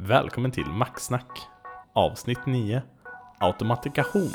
Välkommen till Maxsnack, avsnitt 9, automatikation.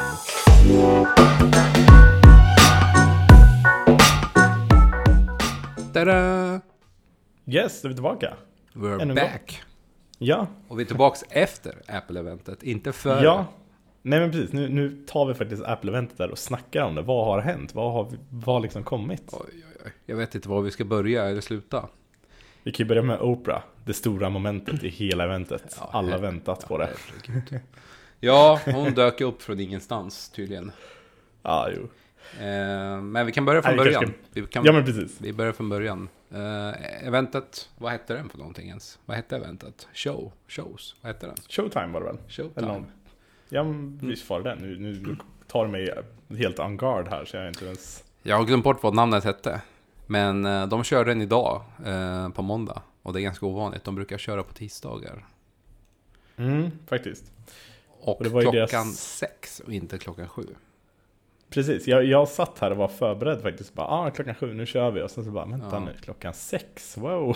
Tada! Yes, är vi tillbaka? We're back. Ja. Och vi är tillbaka efter Apple-eventet, inte före. Ja, nej men precis. Nu tar vi faktiskt Apple-eventet där och snackar om det. Vad har hänt? Vad har liksom kommit? Oj. Jag vet inte var vi ska börja eller sluta. Vi kan ju börja med Oprah, det stora momentet i hela eventet. Ja, Alla väntat på det. Ja, hon dök upp från ingenstans tydligen. Ja, jo. Men vi kan börja från början. Ja, men precis. Vi börjar från början. Eventet, vad hette den för någonting ens? Vad hette eventet? Shows, vad hette den? Showtime var det väl? Showtime. Ja, men visst var det den. Nu tar det mig helt on guard här, så jag är inte ens... Jag har glömt bort vad namnet hette. Men de kör den idag på måndag. Och det är ganska ovanligt. De brukar köra på tisdagar. Faktiskt. Och det var klockan 6 och inte klockan 7. Precis, jag satt här och var förberedd faktiskt. Bara, klockan 7, nu kör vi. Och sen så bara, vänta nu, klockan 6, wow.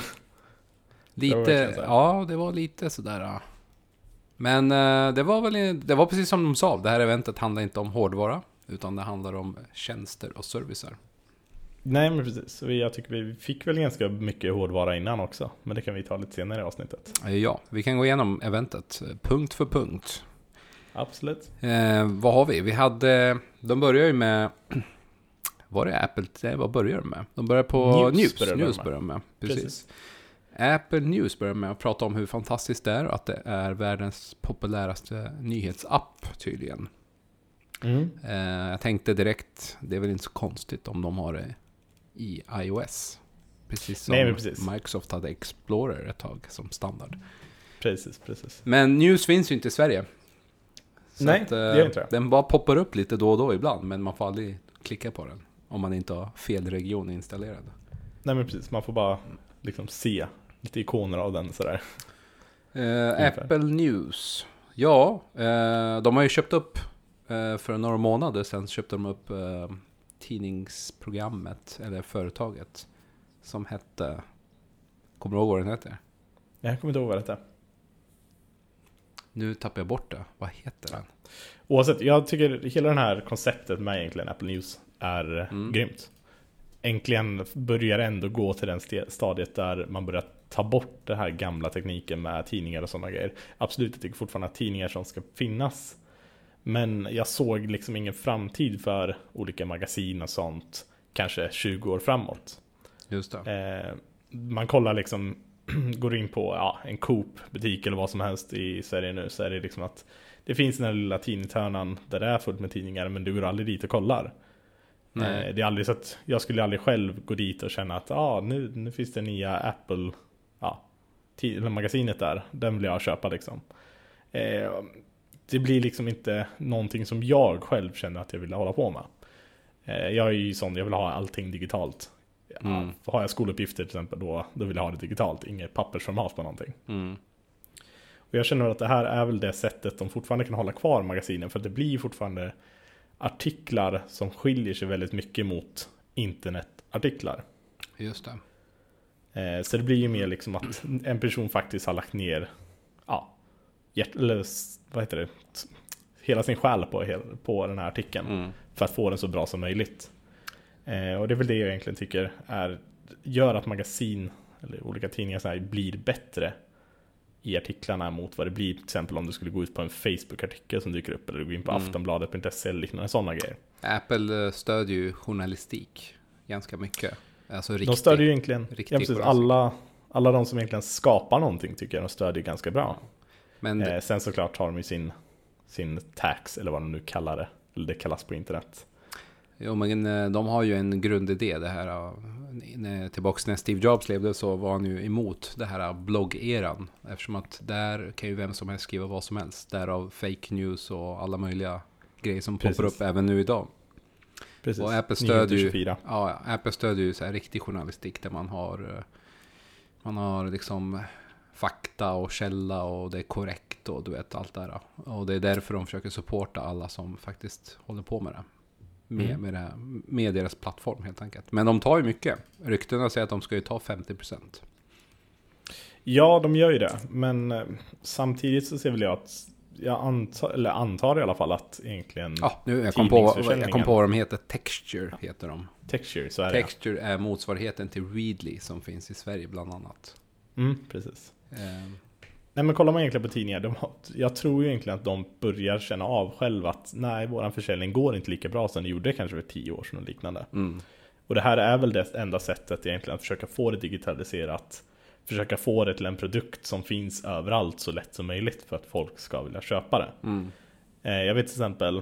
Det var lite sådär. Ja. Men det var precis som de sa. Det här eventet handlar inte om hårdvara. Utan det handlar om tjänster och servicer. Nej, men precis. Jag tycker vi fick väl ganska mycket hårdvara innan också. Men det kan vi ta lite senare i avsnittet. Ja, vi kan gå igenom eventet punkt för punkt. Absolut. Vad har vi? De börjar ju med... Var det Apple? Vad börjar de med? De börjar på News börjar de med. Precis. Apple News börjar med att prata om hur fantastiskt det är. Att det är världens populäraste nyhetsapp tydligen. Jag tänkte direkt, det är väl inte så konstigt om de har det i iOS. Precis som Microsoft hade Explorer ett tag som standard. Precis. Men News finns ju inte i Sverige. Så nej, det gör inte det. Den bara poppar upp lite då och då ibland, men man får aldrig klicka på den om man inte har fel region installerad. Nej, men precis. Man får bara liksom se lite ikoner av den sådär. Apple News. Ja, de har ju köpt upp för några månader sedan köpte de upp tidningsprogrammet eller företaget som hette, kommer du ihåg vad den heter? Jag kommer inte ihåg vad det heter. Nu tappar jag bort det. Vad heter den? Oavsett, jag tycker hela den här konceptet med egentligen Apple News är grymt. Äntligen börjar ändå gå till den stadiet där man börjar ta bort den här gamla tekniken med tidningar och sådana grejer. Absolut, jag tycker fortfarande att tidningar som ska finnas. Men jag såg liksom ingen framtid för olika magasin och sånt. Kanske 20 år framåt. Just det. Man kollar liksom, går in på en Coop-butik eller vad som helst i Sverige nu. Så är det liksom att det finns den här lilla tidningshörnan där det är fullt med tidningar. Men du går aldrig dit och kollar. Det är aldrig så att jag skulle aldrig själv gå dit och känna att nu finns det nya Apple magasinet där. Den vill jag köpa liksom. Det blir liksom inte någonting som jag själv känner att jag vill hålla på med. Jag är ju sån, jag vill ha allting digitalt. Har jag skoluppgifter till exempel, då vill jag ha det digitalt. Inget pappersformat på någonting. Och jag känner att det här är väl det sättet de fortfarande kan hålla kvar magasinen. För att det blir fortfarande artiklar som skiljer sig väldigt mycket mot internetartiklar. Just det. Så det blir ju mer liksom att en person faktiskt har lagt ner hela sin själ på den här artikeln för att få den så bra som möjligt. Och det är väl det jag egentligen tycker gör att magasin eller olika tidningar så här blir bättre i artiklarna mot vad det blir till exempel om du skulle gå ut på en Facebook-artikel som dyker upp eller du går in på aftonbladet.se eller liknande sådana grejer. Apple stödjer ju journalistik ganska mycket. Alltså de stödjer ju egentligen alla de som egentligen skapar någonting tycker jag de stödjer ganska bra. Men sen såklart har de ju sin tax eller vad de nu kallar det. Eller det kallas på internet. Jo, men de har ju en grundidé det här. Tillbaka när Steve Jobs levde så var han ju emot det här bloggeran. Eftersom att där kan ju vem som helst skriva vad som helst. Därav fake news och alla möjliga grejer som poppar upp även nu idag. Precis. Och Apple stödjer ju så här riktig journalistik där man har liksom fakta och källa och det är korrekt och du vet allt där. Och det är därför de försöker supporta alla som faktiskt håller på med det. Med deras plattform helt enkelt. Men de tar ju mycket. Ryktena säger att de ska ju ta 50%. Ja, de gör ju det. Men samtidigt så ser väl jag att antar i alla fall att egentligen jag kom på vad de heter. Texture heter de. Texture, så är Texture är motsvarigheten till Readly som finns i Sverige bland annat. Precis. Nej, men kollar man egentligen på tidningar, jag tror ju egentligen att de börjar känna av själva att nej, våran försäljning går inte lika bra som det gjorde kanske för 10 år sedan och liknande. Och det här är väl det enda sättet egentligen att försöka få det digitaliserat, försöka få det till en produkt som finns överallt så lätt som möjligt för att folk ska vilja köpa det. Jag vet till exempel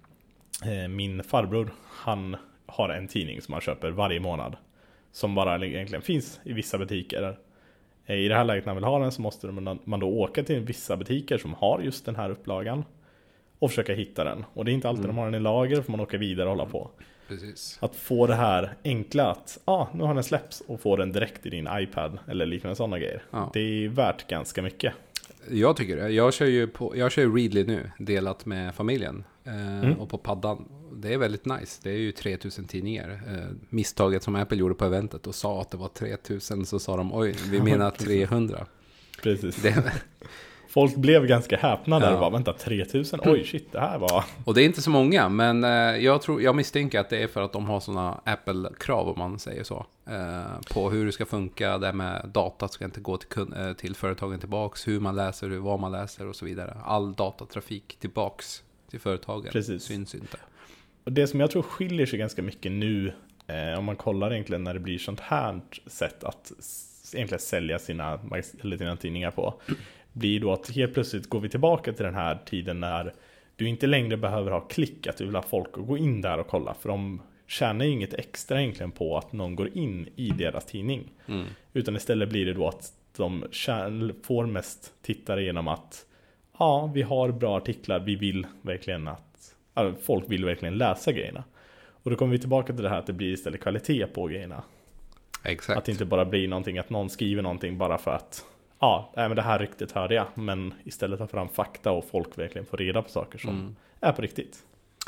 min farbror, han har en tidning som han köper varje månad som bara egentligen finns i vissa butiker. I det här läget när man vill ha den så måste man då åka till vissa butiker som har just den här upplagan och försöka hitta den. Och det är inte alltid de har den i lager, för man åker vidare och hålla på. Precis. Att få det här enkla att nu har den släppts och få den direkt i din iPad eller liknande sådana grejer. Ja. Det är värt ganska mycket. Jag tycker det. Jag kör ju Readly nu, delat med familjen. Och på paddan. Det är väldigt nice. Det är ju 3000 tidningar. Misstaget som Apple gjorde på eventet och sa att det var 3000, så sa de oj, vi menar 300. Precis. Folk blev ganska häpna där och bara, vänta, 3000? Oj, shit, det här var... Och det är inte så många, men jag misstänker att det är för att de har såna Apple-krav, om man säger så. På hur det ska funka, det med data ska inte gå till företagen tillbaks, hur man läser, vad man läser och så vidare. All datatrafik tillbaks till företagen syns inte. Och det som jag tror skiljer sig ganska mycket nu, om man kollar egentligen när det blir sånt här sätt att egentligen sälja sina tidningar på, blir då att helt plötsligt går vi tillbaka till den här tiden när du inte längre behöver ha klick, att du vill ha folk att gå in där och kolla, för de tjänar ju inget extra egentligen på att någon går in i deras tidning. Utan istället blir det då att de får mest tittare genom att vi har bra artiklar, vi vill verkligen att folk vill verkligen läsa grejerna. Och då kommer vi tillbaka till det här att det blir istället kvalitet på grejerna. Exakt. Att det inte bara blir någonting att någon skriver någonting bara för att men det här riktigt hörde jag, men istället ta fram fakta och folk verkligen får reda på saker som är på riktigt.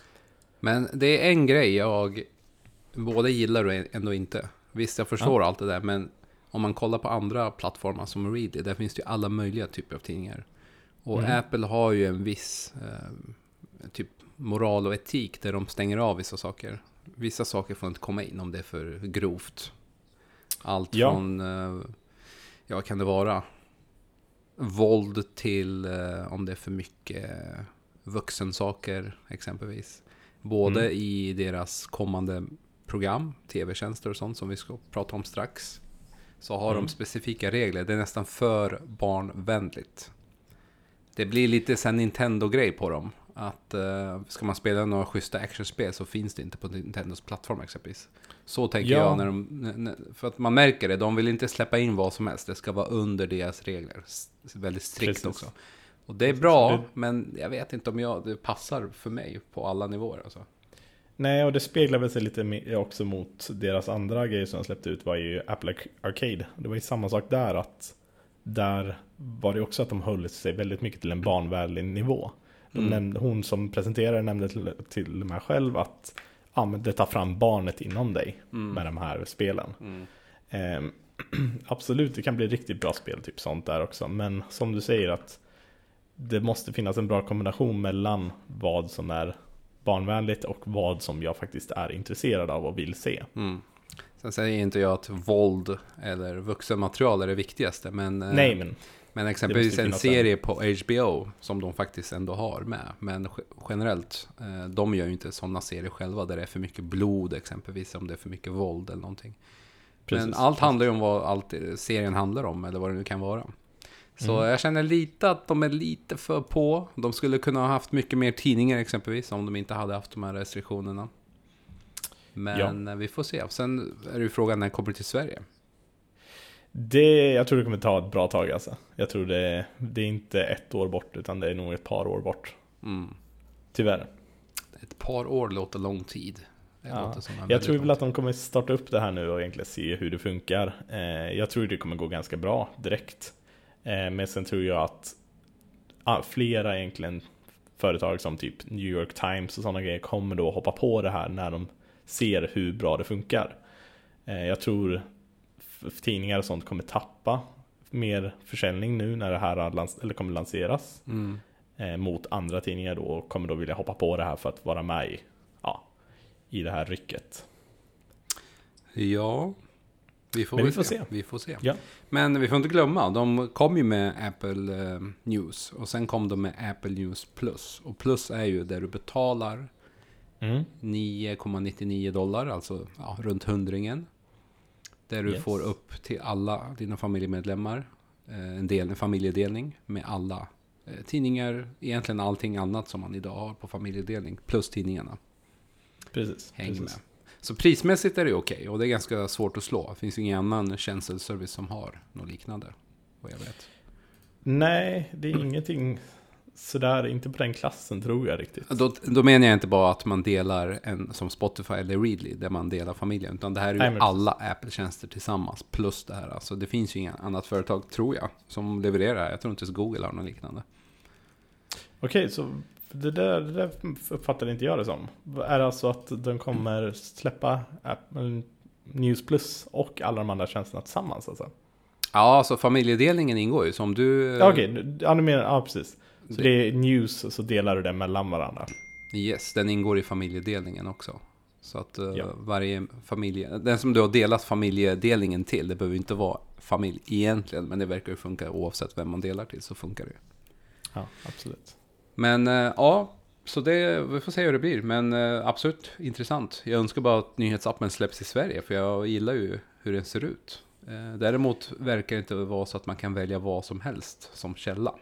Men det är en grej jag både gillar och ändå inte. Visst, jag förstår allt det där, men om man kollar på andra plattformar som Readly, där finns det ju alla möjliga typer av tidningar. Och Apple har ju en viss typ moral och etik där de stänger av vissa saker. Vissa saker får inte komma in om det är för grovt. Allt från, vad kan det vara? Våld till om det är för mycket vuxensaker exempelvis. Både i deras kommande program, tv-tjänster och sånt som vi ska prata om strax, så har de specifika regler. Det är nästan för barnvänligt. Det blir lite sen Nintendo-grej på dem. Att ska man spela några schyssta actionspel så finns det inte på Nintendos plattform exempelvis. Så tänker jag för att man märker det, de vill inte släppa in vad som helst. Det ska vara under deras regler. Väldigt strikt också. Och det är bra, men jag vet inte om det passar för mig på alla nivåer alltså. Nej, och det speglar väl sig lite också mot deras andra grejer som de släppte ut, var ju Apple Arcade. Det var ju samma sak där, att där var det också att de höll sig väldigt mycket till en barnvänlig nivå. Hon som presenterade nämnde till mig själv att men det tar fram barnet inom dig med de här spelen. Absolut, det kan bli riktigt bra spel, typ sånt där också. Men som du säger, att det måste finnas en bra kombination mellan vad som är barnvänligt och vad som jag faktiskt är intresserad av och vill se. Sen säger inte jag att våld eller vuxenmaterial är det viktigaste, men men exempelvis en serie på HBO som de faktiskt ändå har med. Men generellt, de gör ju inte sådana serier själva där det är för mycket blod exempelvis, om det är för mycket våld eller någonting. Men allt handlar ju om vad serien handlar om, eller vad det nu kan vara. Så jag känner lite att de är lite för på. De skulle kunna ha haft mycket mer tidningar exempelvis om de inte hade haft de här restriktionerna. Men vi får se. Sen är det ju frågan när det kommer till Sverige. Jag tror det kommer ta ett bra tag alltså. Jag tror det är inte 1 år bort, utan det är nog ett par år bort. Tyvärr. Ett par år låter lång tid. Jag tror väl att de kommer starta upp det här nu och egentligen se hur det funkar. Jag tror det kommer gå ganska bra direkt. Men sen tror jag att flera egentligen företag som typ New York Times och sådana grejer kommer då hoppa på det här när de ser hur bra det funkar. Jag tror tidningar och sånt kommer tappa mer försäljning nu när det här kommer lanseras mot andra tidningar då, och kommer då vilja hoppa på det här för att vara med i det här rycket. Ja, vi får se. Ja. Men vi får inte glömma, de kom ju med Apple News och sen kom de med Apple News Plus. Och Plus är ju där du betalar $9,99, alltså runt 100. Där du får upp till alla dina familjemedlemmar en familjedelning med alla tidningar, egentligen allting annat som man idag har på familjedelning, plus tidningarna. Precis. Med. Så prismässigt är det okej, och det är ganska svårt att slå. Det finns ju ingen annan tjänsteservice som har något liknande, vad jag vet. Nej, det är ingenting sådär, inte på den klassen tror jag riktigt. Då menar jag inte bara att man delar en som Spotify eller Readly, där man delar familjen, utan det här är ju alla Apple-tjänster tillsammans, plus det här. Alltså det finns ju inget annat företag, tror jag, som levererar. Jag tror inte ens Google har något liknande. Okej, så det där uppfattar inte jag det som. Är det alltså att den kommer släppa Apple News Plus och alla de andra tjänsterna tillsammans alltså? Ja, alltså familjedelningen ingår ju som du... Precis. Så det är news, så delar du det mellan varandra. Yes, den ingår i familjedelningen också. Så att varje familj... Den som du har delat familjedelningen till, det behöver inte vara familj egentligen, men det verkar ju funka oavsett vem man delar till, så funkar det ju. Ja, absolut. Men så det, vi får se hur det blir. Men absolut intressant. Jag önskar bara att nyhetsappen släpps i Sverige, för jag gillar ju hur den ser ut. Däremot verkar det inte vara så att man kan välja vad som helst som källa.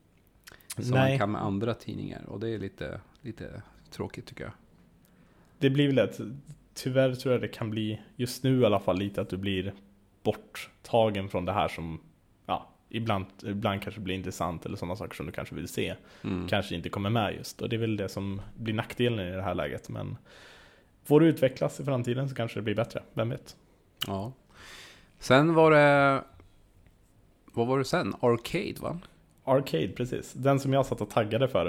Som man kan med andra tidningar. Och det är lite tråkigt tycker jag. Det blir väl tyvärr tror jag det kan bli, just nu i alla fall, lite att du blir borttagen från det här som ibland kanske blir intressant, eller sådana saker som du kanske vill se. Kanske inte kommer med just. Och det är väl det som blir nackdelen i det här läget. Men får det utvecklas i framtiden så kanske det blir bättre. Vem vet? Ja. Sen var det... Vad var det sen? Arcade, va? Arcade, precis. Den som jag satt och taggade för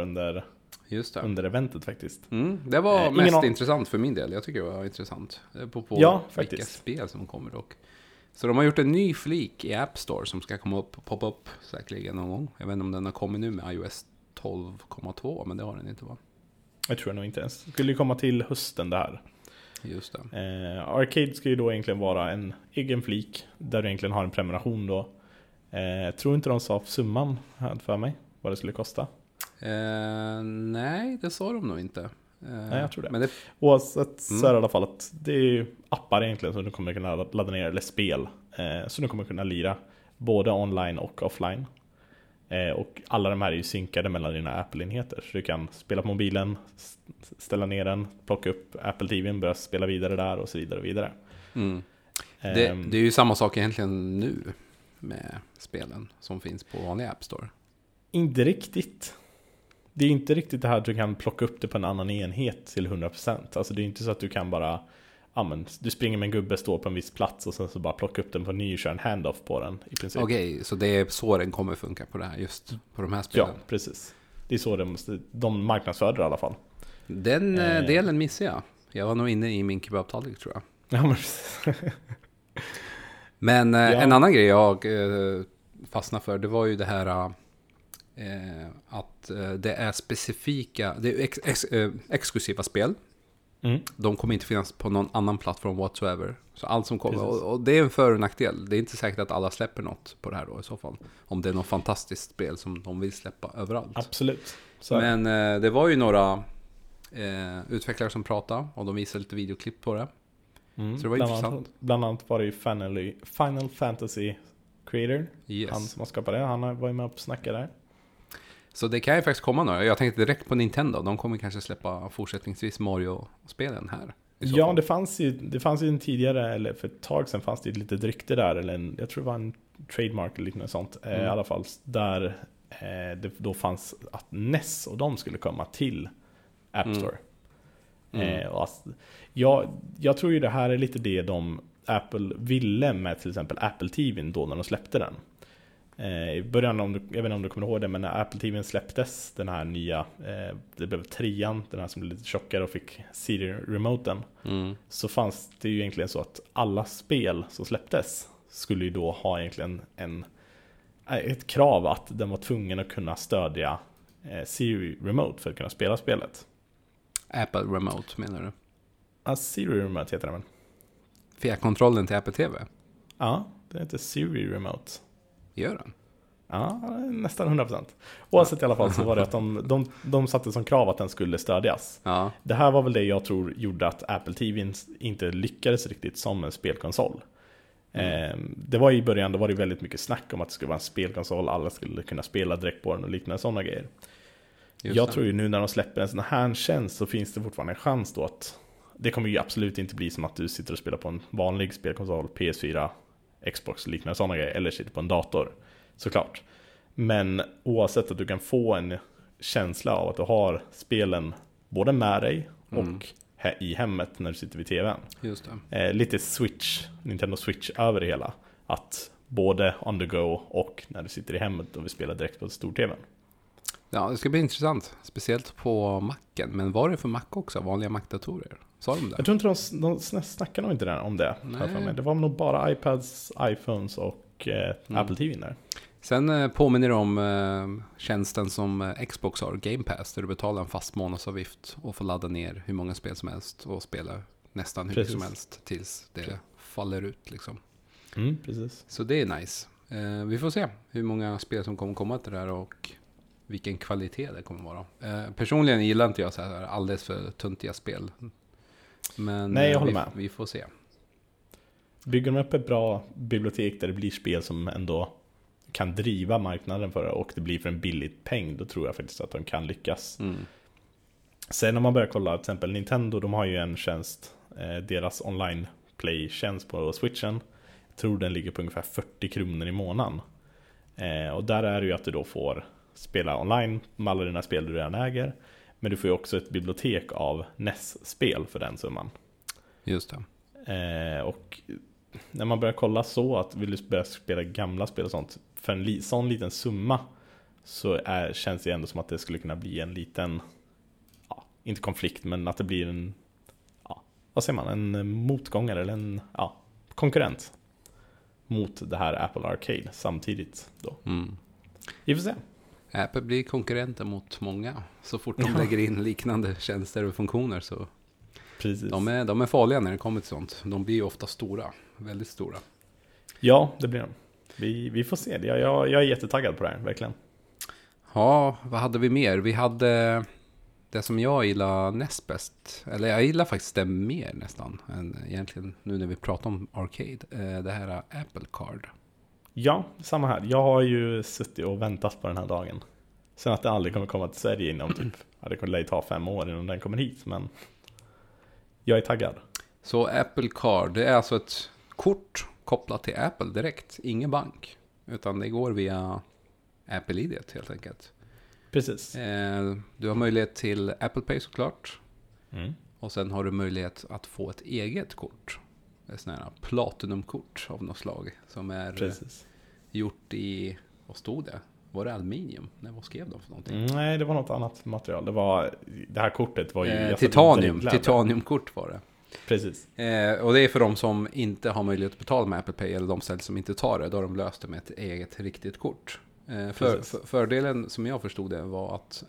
under eventet faktiskt. Det var mest intressant för min del. Jag tycker det var intressant. På vilka spel som kommer dock. Så de har gjort en ny flik i App Store som ska komma upp och poppa upp säkerligen någon gång. Jag vet inte om den har kommit nu med iOS 12,2, men det har den inte, va? Jag tror nog inte ens. Det skulle ju komma till hösten det här. Just det. Arcade ska ju då egentligen vara en egen flik där du egentligen har en prenumeration då. Tror inte de sa summan för mig vad det skulle kosta? Nej, det sa de nog inte. Nej, jag tror det. Men det... Oavsett så är det i alla fall att det är ju appar egentligen som du kommer kunna ladda ner, eller spel som du kommer kunna lira både online och offline. Och alla de här är ju synkade mellan dina Apple-enheter, så du kan spela på mobilen, ställa ner den, plocka upp Apple TV:n, börja spela vidare där och så vidare och vidare. Det är ju samma sak egentligen nu med spelen som finns på vanliga App Store. Inte riktigt. Det är inte riktigt det här att du kan plocka upp det på en annan enhet till 100%. Alltså det är inte så att du kan bara du springer med en gubbe, står på en viss plats och sen så bara plocka upp den på ny och köra en handoff på den i princip. Okej, så det är så den kommer funka på det här, just på de här spelen? Ja, precis. Det är så de marknadsför i alla fall. Den delen missar jag. Jag var nog inne i min kebabtallrik, tror jag. Ja, men men en annan grej jag fastnade för, det var ju det här att det är specifika, det är exklusiva spel. De kommer inte finnas på någon annan plattform whatsoever. Så allt som kommer, och det är en för- och nackdel. Det är inte säkert att alla släpper något på det här då i så fall. Om det är något fantastiskt spel som de vill släppa överallt. Absolut. Men det var ju några utvecklare som pratade, och de visade lite videoklipp på det. Så det var intressant. Bland annat var det ju Final Fantasy Creator. Yes. Han som har skapat det. Han var ju med och snackade där. Så det kan ju faktiskt komma nu. Jag tänkte direkt på Nintendo. De kommer kanske släppa fortsättningsvis Mario-spelen här. Ja, det fanns ju en tidigare, eller för ett tag sedan fanns det ett litet rykte där, eller jag tror det var en trademark eller liknande sånt, i alla fall, där det då fanns att NES och de skulle komma till App Store. Jag tror ju det här är lite det Apple ville med till exempel Apple TV:n då när de släppte den. I början, jag vet inte om du kommer ihåg det, men när Apple TV:n släpptes, den här nya, det blev 3:an, den här som blev lite tjockare och fick CD-remoten, så fanns det ju egentligen så att alla spel som släpptes skulle ju då ha egentligen ett krav att den var tvungen att kunna stödja Siri Remote för att kunna spela spelet. Apple Remote menar du? Ja, Siri Remote heter den väl? Fjärrkontrollen till Apple TV? Ja, det heter Siri Remote. Gör den? Ja, nästan 100%. Oavsett i alla fall så var det att de satte som krav att den skulle stödjas. Ja. Det här var väl det jag tror gjorde att Apple TV inte lyckades riktigt som en spelkonsol. Det var i början, då var det väldigt mycket snack om att det skulle vara en spelkonsol, alla skulle kunna spela direkt på den och liknande sådana grejer. Jag tror ju nu när de släpper en sån här tjänst så finns det fortfarande en chans då att det kommer ju absolut inte bli som att du sitter och spelar på en vanlig spelkonsol, PS4, Xbox och liknande sådana grejer, eller sitter på en dator, såklart. Men oavsett att du kan få en känsla av att du har spelen både med dig och i hemmet när du sitter vid tvn. Just det. Lite Nintendo Switch över det hela. Att både on the go och när du sitter i hemmet och vi spelar direkt på stor-tvn. Ja, det ska bli intressant. Speciellt på Macen. Men var det för Mac också? Vanliga Mac-datorer? Sa de det? Jag tror inte de snackar nog inte om det. Det var nog bara iPads, iPhones och Apple TV där. Sen påminner det om tjänsten som Xbox har, Game Pass, där du betalar en fast månadsavgift och får ladda ner hur många spel som helst och spela nästan hur mycket som helst tills det faller ut liksom. Precis. Så det är nice. Vi får se hur många spel som kommer komma till det här och vilken kvalitet det kommer vara. Personligen gillar inte jag så här alldeles för tuntiga spel. Men nej, jag håller med. Vi får se. Bygger de upp ett bra bibliotek där det blir spel som ändå kan driva marknaden för det och det blir för en billig peng, då tror jag faktiskt att de kan lyckas. Sen när man börjar kolla till exempel Nintendo, de har ju en tjänst, deras online play-tjänst på Switchen. Jag tror den ligger på ungefär 40 kronor i månaden. Och där är det ju att du då får spela online med alla dina spel du redan äger. Men du får ju också ett bibliotek av NES-spel för den summan. Just det. Och när man börjar kolla så att vill du börja spela gamla spel och sånt för en sån liten summa, så känns det ändå som att det skulle kunna bli en liten, inte konflikt, men att det blir en, vad säger man, en motgångare eller en konkurrent mot det här Apple Arcade samtidigt då. Vi får se. Apple blir konkurrenter mot många så fort de lägger in liknande tjänster och funktioner, så precis. De är farliga när det kommer till sånt. De blir ju ofta stora, väldigt stora. Ja, det blir de. Vi får se det. Jag är jättetaggad på det här, verkligen. Ja, vad hade vi mer? Vi hade det som jag gillar näst bäst. Eller jag gillar faktiskt det mer nästan än egentligen nu när vi pratar om Arcade. Det här Apple Card. Ja, samma här. Jag har ju suttit och väntat på den här dagen. Sen att det aldrig kommer komma till Sverige inom typ, det kommer ta 5 år innan den kommer hit, men jag är taggad. Så Apple Card, det är alltså ett kort kopplat till Apple direkt. Ingen bank, utan det går via Apple ID helt enkelt. Precis. Du har möjlighet till Apple Pay såklart. Och sen har du möjlighet att få ett eget kort. Ett sånt här platinumkort av något slag. Som är gjort i, vad stod det? Var det aluminium? Nej, vad skrev de för någonting? Nej, det var något annat material. Det här kortet var ju... Titaniumkort var det. Precis. Och det är för de som inte har möjlighet att betala med Apple Pay, eller de ställen som inte tar det. Då har de löst det med ett eget riktigt kort. Fördelen som jag förstod det var att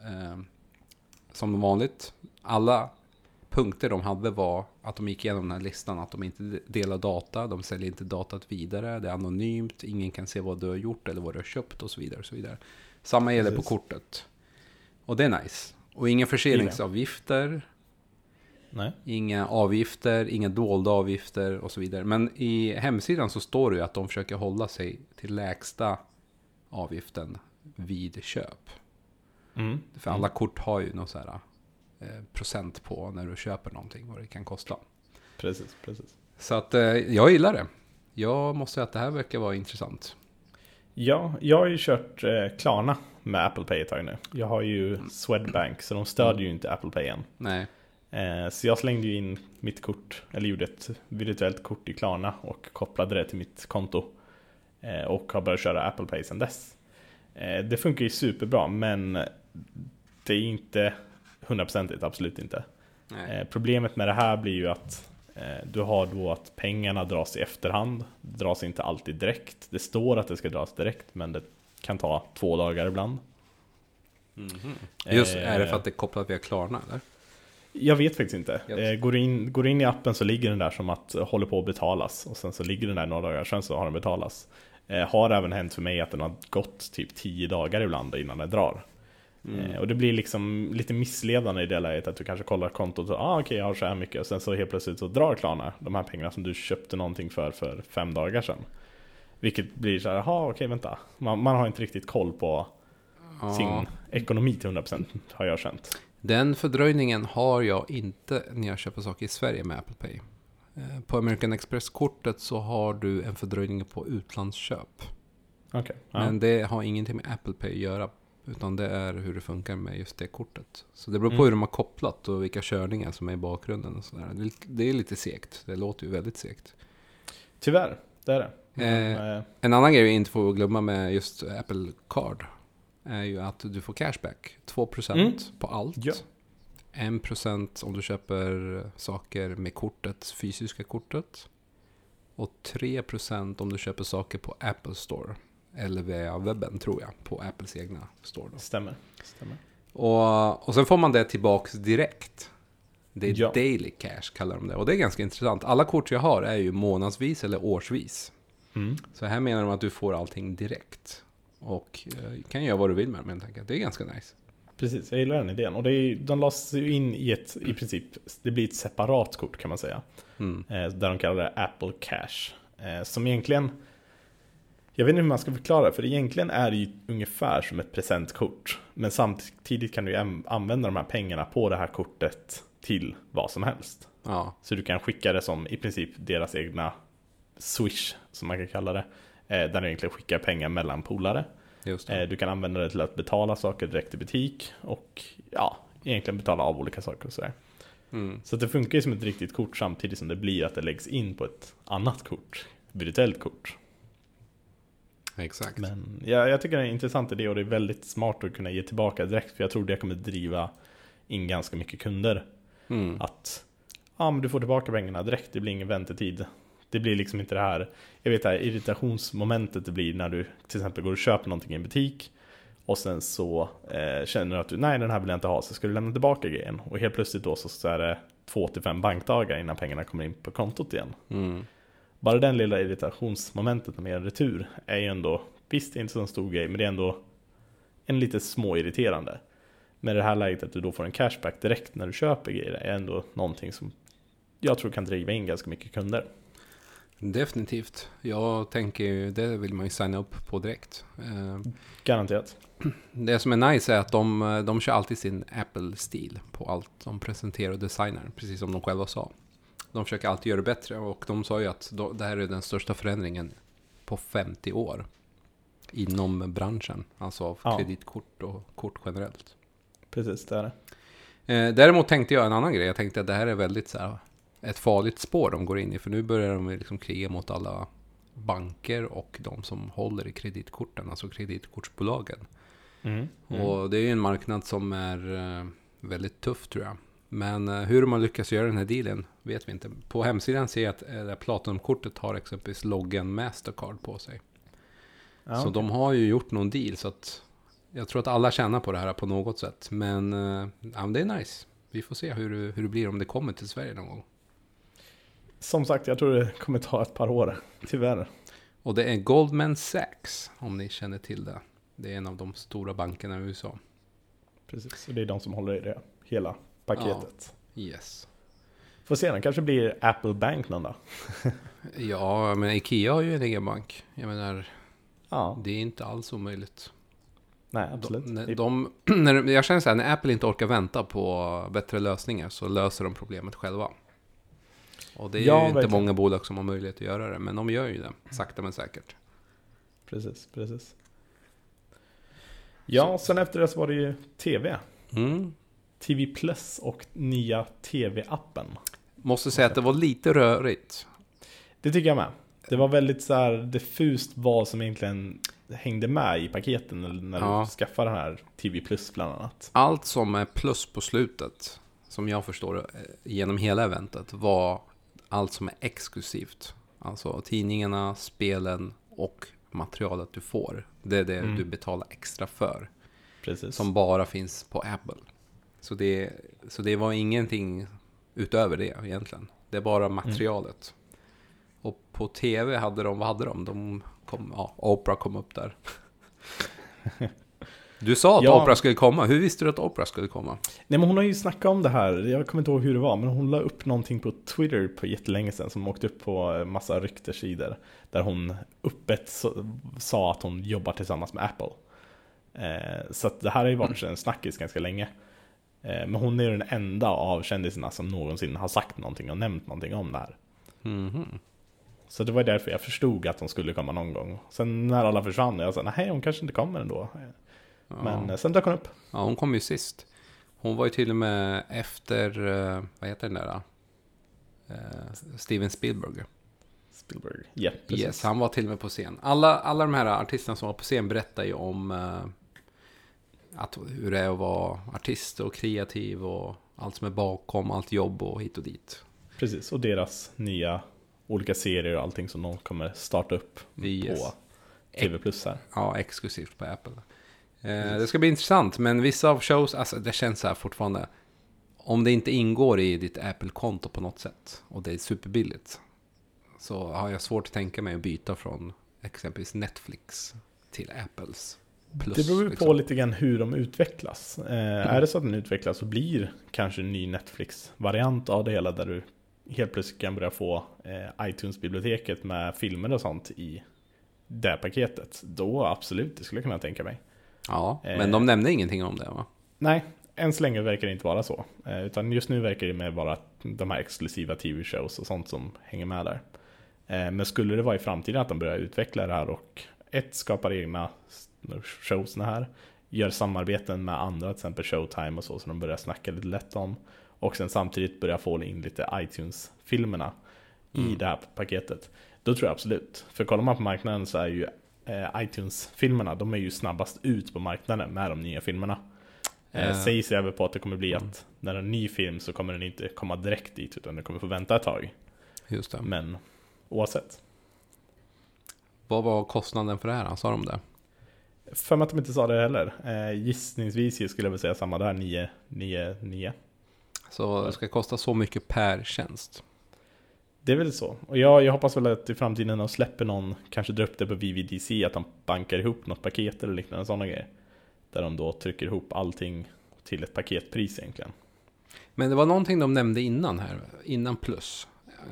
som vanligt, alla punkter de hade var att de gick igenom den här listan, att de inte delar data, de säljer inte datat vidare, det är anonymt, ingen kan se vad du har gjort eller vad du har köpt och så vidare. Och så vidare. Samma gäller på kortet. Och det är nice. Och inga förseningsavgifter. Nej. Inga avgifter, inga dolda avgifter och så vidare. Men i hemsidan så står det ju att de försöker hålla sig till lägsta avgiften vid köp. För alla kort har ju någon så här procent på när du köper någonting, vad det kan kosta. Precis. Så att jag gillar det. Jag måste säga att det här verkar vara intressant. Ja, jag har ju kört Klarna med Apple Pay ett tag nu. Jag har ju Swedbank, så de stödjer ju inte Apple Pay än. Nej. Så jag slängde ju in mitt kort, eller gjorde ett virtuellt kort i Klarna och kopplade det till mitt konto. Och har börjat köra Apple Pay sedan dess. Det funkar ju superbra, men det är inte 100%, absolut inte. Problemet med det här blir ju att du har då att pengarna dras i efterhand, dras inte alltid direkt. Det står att det ska dras direkt, men det kan ta 2 dagar ibland. Just, är det för att det är kopplat via Klarna eller? Jag vet faktiskt inte. Går in i appen så ligger den där som att håller på att betalas. Och sen så ligger den där några dagar, sen så har den betalas. Har även hänt för mig att den har gått typ 10 dagar ibland innan den drar. Och det blir liksom lite missledande i det läget att du kanske kollar kontot och okej, jag har så här mycket. Och sen så helt plötsligt så drar Klarna de här pengarna som du köpte någonting för 5 dagar sedan. Vilket blir så här, okej, vänta. Man har inte riktigt koll på sin ekonomi till 100%, har jag känt. Den fördröjningen har jag inte när jag köper saker i Sverige med Apple Pay. På American Express-kortet så har du en fördröjning på utlandsköp. Okay, Men det har ingenting med Apple Pay att göra, utan det är hur det funkar med just det kortet. Så det beror på hur de har kopplat och vilka körningar som är i bakgrunden och sådär. Det är lite segt. Det låter ju väldigt segt. Tyvärr, det är det. En annan grej vi inte får glömma med just Apple Card är ju att du får cashback. 2% på allt. Ja. 1% om du köper saker med kortet, fysiska kortet. Och 3% om du köper saker på Apple Store. Eller via webben, tror jag. På Apples egna store. Då. Stämmer. Och sen får man det tillbaks direkt. Det är daily cash kallar de det. Och det är ganska intressant. Alla kort jag har är ju månadsvis eller årsvis. Så här menar de att du får allting direkt. Och kan göra vad du vill med dem helt enkelt. Det är ganska nice. Precis, jag gillar den idén. Och de lades ju in i princip, det blir ett separat kort kan man säga. Där de kallar det Apple Cash. Som egentligen, jag vet inte hur man ska förklara det, för egentligen är det ju ungefär som ett presentkort. Men samtidigt kan du ju använda de här pengarna på det här kortet till vad som helst. Ja. Så du kan skicka det som i princip deras egna Swish, som man kan kalla det. Där du egentligen skickar pengar mellan polare. Just det. Du kan använda det till att betala saker direkt i butik. Och egentligen betala av olika saker och sådär. Så det funkar ju som ett riktigt kort samtidigt som det blir att det läggs in på ett annat kort. Virtuellt kort. Exakt. Men jag tycker det är en intressant idé och det är väldigt smart att kunna ge tillbaka direkt. För jag tror det kommer driva in ganska mycket kunder. Att men du får tillbaka pengarna direkt, det blir ingen väntetid. Det blir liksom inte det här, jag vet det här irritationsmomentet det blir när du till exempel går och köper någonting i en butik och sen så känner du att nej, den här vill jag inte ha, så ska du lämna tillbaka grejen och helt plötsligt då så är det 2-5 bankdagar innan pengarna kommer in på kontot igen. Bara den lilla irritationsmomentet med en retur är ju ändå, visst det är inte så en stor grej, men det är ändå en lite små irriterande. Med det här läget att du då får en cashback direkt när du köper grejer är ändå någonting som jag tror kan driva in ganska mycket kunder. Definitivt. Jag tänker, det vill man ju signa upp på direkt. Garanterat. Det som är nice är att de kör alltid sin Apple-stil på allt de presenterar och designar, precis som de själva sa. De försöker alltid göra det bättre och de sa ju att det här är den största förändringen på 50 år inom branschen, alltså av kreditkort och kort generellt. Precis, det är det. Däremot tänkte jag en annan grej. Jag tänkte att det här är väldigt så här, ett farligt spår de går in i. För nu börjar de liksom kriga mot alla banker och de som håller i kreditkorten, alltså kreditkortsbolagen. Och det är ju en marknad som är väldigt tuff tror jag. Men hur man lyckas göra den här dealen vet vi inte. På hemsidan ser jag att Platinum-kortet har exempelvis loggen Mastercard på sig. Så de har ju gjort någon deal så att jag tror att alla tjänar på det här på något sätt. Men det är nice. Vi får se hur det blir om det kommer till Sverige någon gång. Som sagt, jag tror det kommer ta ett par år, tyvärr. Och det är Goldman Sachs, om ni känner till det. Det är en av de stora bankerna i USA. Precis, och det är de som håller i det hela paketet. Ja, yes. Får se, den kanske blir Apple Bank någon dag. Ja, men Ikea har ju en egen bank. Jag menar, det är inte alls omöjligt. Nej, absolut. Jag känner så här, när Apple inte orkar vänta på bättre lösningar så löser de problemet själva. Och det är ju inte verkligen många bolag som har möjlighet att göra det, men de gör ju det, sakta men säkert. Precis. Ja, sen efter det så var det ju TV. TV Plus och nya TV-appen. Måste säga att det var lite rörigt. Det tycker jag med. Det var väldigt så här diffust vad som egentligen hängde med i paketen när du skaffade den här TV Plus bland annat. Allt som är plus på slutet, som jag förstår det, genom hela eventet, var allt som är exklusivt. Alltså tidningarna, spelen och materialet du får. Det är det du betalar extra för. Precis. Som bara finns på Apple. Så det var ingenting utöver det egentligen. Det är bara materialet. Och på tv vad hade de? Oprah kom upp där. Du sa att Oprah skulle komma. Hur visste du att Oprah skulle komma? Nej, men hon har ju snackat om det här. Jag kommer inte ihåg hur det var, men hon la upp någonting på Twitter på jättelänge sedan som åkte upp på massa ryktesidor. Där hon öppet sa att hon jobbar tillsammans med Apple. Så att det här har ju varit en snackis ganska länge. Men hon är den enda av kändisarna som någonsin har sagt någonting och nämnt någonting om det här. Så det var därför jag förstod att hon skulle komma någon gång. Sen när alla försvann, jag sa nej, hon kanske inte kommer ändå. Men sen dök hon upp. Ja, hon kom ju sist. Hon var ju till och med efter, vad heter den där? Steven Spielberg. Ja, precis. Yes, han var till och med på scen. Alla de här artisterna som var på scen berättar ju om hur det är att vara artist och kreativ och allt som är bakom, allt jobb och hit och dit. Precis, och deras nya olika serier och allting som de kommer starta upp på TV Plus här. Ja, exklusivt på Apple. Det ska bli intressant, men vissa av shows, alltså det känns så här fortfarande, om det inte ingår i ditt Apple-konto på något sätt och det är superbilligt, så har jag svårt att tänka mig att byta från exempelvis Netflix till Apples Plus. Det beror ju på lite grann hur de utvecklas. Är det så att den utvecklas så blir kanske en ny Netflix-variant av det hela, där du helt plötsligt kan börja få iTunes-biblioteket med filmer och sånt i det paketet. Då absolut, det skulle jag kunna tänka mig. Ja, men de nämnde ingenting om det, va? Nej, än så länge verkar det inte vara så. Utan just nu verkar det med bara de här exklusiva tv-shows och sånt som hänger med där. Men skulle det vara i framtiden att de börjar utveckla det här och skapar egna shows här, gör samarbeten med andra, till exempel Showtime och så de börjar snacka lite lätt om, och sen samtidigt börjar få in lite iTunes-filmerna i det här paketet, då tror jag absolut. För kollar man på marknaden så är ju iTunes-filmerna, de är ju snabbast ut på marknaden med de nya filmerna. Sägs även på att det kommer bli att när en ny film så kommer den inte komma direkt dit, utan den kommer få vänta ett tag. Just det. Men oavsett. Vad var kostnaden för det här? Sa de det? För att de inte sa det heller. Gissningsvis skulle jag väl säga samma där, 9. Så det ska kosta så mycket per tjänst? Det är väl så. Och jag hoppas väl att i framtiden när de släpper någon, kanske drar upp det på VVDC, att de bankar ihop något paket eller liknande sådana grejer. Där de då trycker ihop allting till ett paketpris egentligen. Men det var någonting de nämnde innan Plus.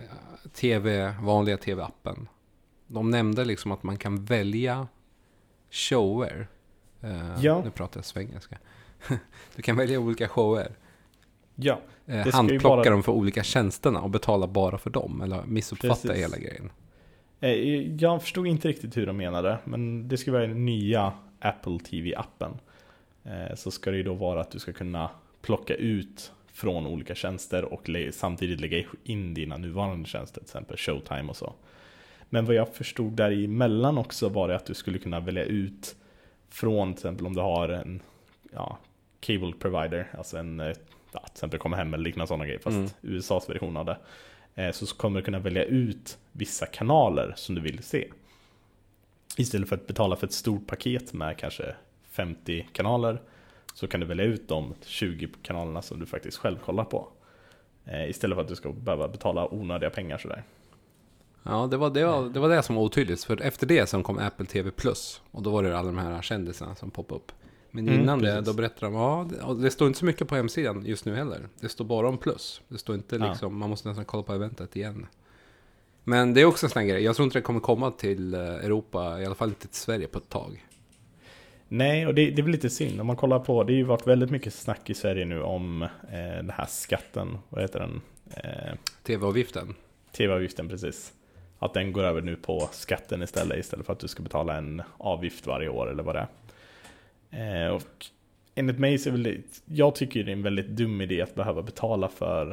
Vanliga TV-appen. De nämnde liksom att man kan välja shower. Nu pratar jag svengelska. Du kan välja olika shower. Ja. Handplocka dem för olika tjänsterna och betala bara för dem. Eller missuppfatta hela grejen. Jag förstod inte riktigt hur de menade. Men det ska vara den nya Apple TV-appen. Så ska det ju då vara att du ska kunna plocka ut från olika tjänster och samtidigt lägga in dina nuvarande tjänster, till exempel Showtime och så. Men vad jag förstod däremellan också var det att du skulle kunna välja ut från, till exempel om du har en cable provider, alltså till exempel komma hem eller liknande sådana grejer, fast USAs version av det, så kommer du kunna välja ut vissa kanaler som du vill se. Istället för att betala för ett stort paket med kanske 50 kanaler, så kan du välja ut de 20 kanalerna som du faktiskt själv kollar på. Istället för att du ska behöva betala onödiga pengar sådär. Ja, det var det som var otydligt. För efter det som kom Apple TV Plus. Och då var det alla de här kändisarna som poppade upp. Men innan det, då berättade de, det står inte så mycket på hemsidan just nu heller. Det står bara om Plus. Det står inte liksom, man måste nästan kolla på eventet igen. Men det är också en sån här grej. Jag tror inte det kommer komma till Europa, i alla fall inte till Sverige på ett tag. Nej, och det är väl lite synd. Om man kollar på, det har ju varit väldigt mycket snack i Sverige nu om den här skatten. Vad heter den? TV-avgiften. TV-avgiften, precis. Att den går över nu på skatten istället för att du ska betala en avgift varje år eller vad det är. Och enligt mig så är det, jag tycker det är en väldigt dum idé att behöva betala för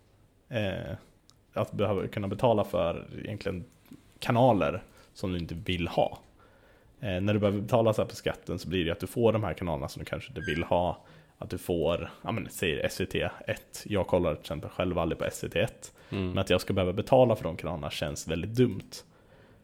kunna betala för egentligen kanaler som du inte vill ha. När du behöver betala så här på skatten så blir det att du får de här kanalerna som du kanske inte vill ha. Att du får, säger SVT1. Jag kollar till exempel själv aldrig på SVT1. Men att jag ska behöva betala för de kanalerna känns väldigt dumt.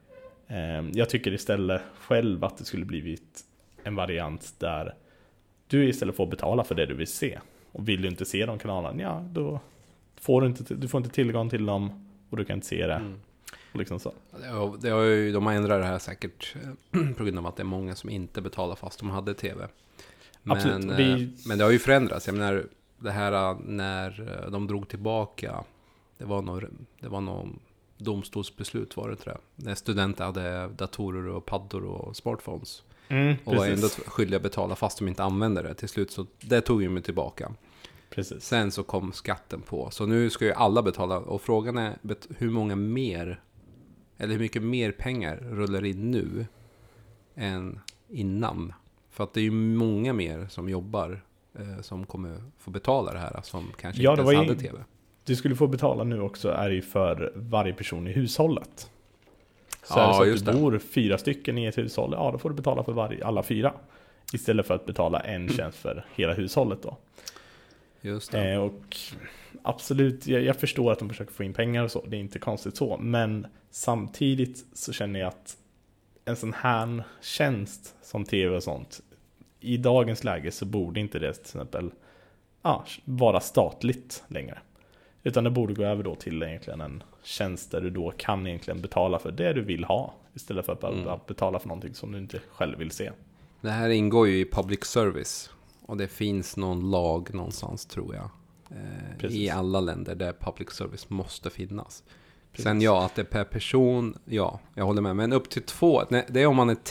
Jag tycker istället själv att det skulle blivit en variant där du istället får betala för det du vill se. Och vill du inte se de kanalerna, ja, då får du får inte tillgång till dem och du kan inte se det. Och liksom så. De har ändrat det här säkert på grund av att det är många som inte betalar fast de hade tv. Men, men det har ju förändrats. Jag menar, det här när de drog tillbaka, det var någon domstolsbeslut, var det inte det? När studenter hade datorer och paddor och smartphones. Och var ändå skyldiga att betala fast de inte använde det. Till slut så det tog ju mig tillbaka. Precis. Sen så kom skatten på. Så nu ska ju alla betala. Och frågan är hur många mer, eller hur mycket mer pengar rullar in nu än innan. För att det är ju många mer som jobbar som kommer få betala det här, som kanske inte ens hade tv. Du skulle få betala nu också är ju för varje person i hushållet. Så är det så att du bor 4 stycken i ett hushåll, ja, då får du betala för alla 4. Istället för att betala en tjänst för hela hushållet då. Just det. Och absolut, jag förstår att de försöker få in pengar och så, det är inte konstigt så. Men samtidigt så känner jag att en sån här tjänst som tv och sånt, i dagens läge så borde inte det till exempel vara statligt längre. Utan det borde gå över då till egentligen en tjänst där du då kan egentligen betala för det du vill ha. Istället för att bara betala för någonting som du inte själv vill se. Det här ingår ju i public service. Och det finns någon lag någonstans, tror jag. I alla länder där public service måste finnas. Precis. Sen att det är per person, jag håller med. Men upp till 2, det är om man är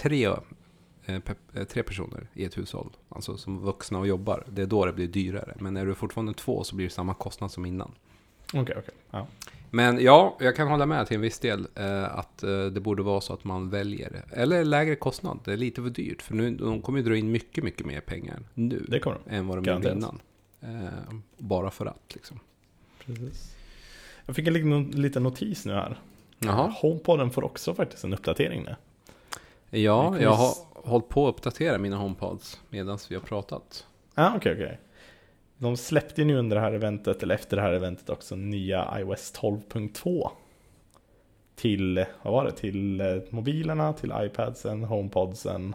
3 personer i ett hushåll. Alltså som vuxna och jobbar. Det är då det blir dyrare. Men när du är fortfarande 2 så blir det samma kostnad som innan. Okej. Ja. Men jag kan hålla med till en viss del att det borde vara så att man väljer. Eller lägre kostnad, det är lite för dyrt. För nu de kommer ju dra in mycket, mycket mer pengar nu än vad de gjorde innan. Bara för att liksom. Precis. Jag fick en liten notis nu här. Jaha. HomePoden får också faktiskt en uppdatering nu. Ja, jag har hållit på att uppdatera mina HomePods medan vi har pratat. Okej. De släppte nu under det här eventet, eller efter det här eventet också, nya iOS 12.2 till, till mobilerna, till iPadsen, HomePodsen.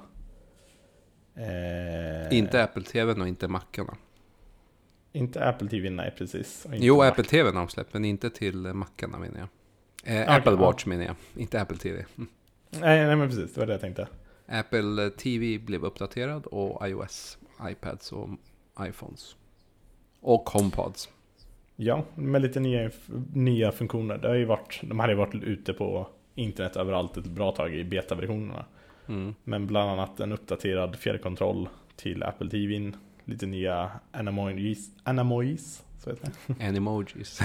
Inte Apple TV:n och inte Macarna. Inte Apple TV, nej precis. Jo, Mac. Apple TV har de släppt, men inte till Macarna menar jag. Apple Watch menar jag, inte Apple TV. Nej, men precis, det var det jag tänkte. Apple TV blev uppdaterad och iOS, iPads och iPhones. Och HomePods. Ja, med lite nya funktioner. De hade ju varit ute på internet överallt ett bra tag i beta-versionerna. Men bland annat en uppdaterad fjärrkontroll till Apple TV. Lite nya Animojis, så heter det. Animojis.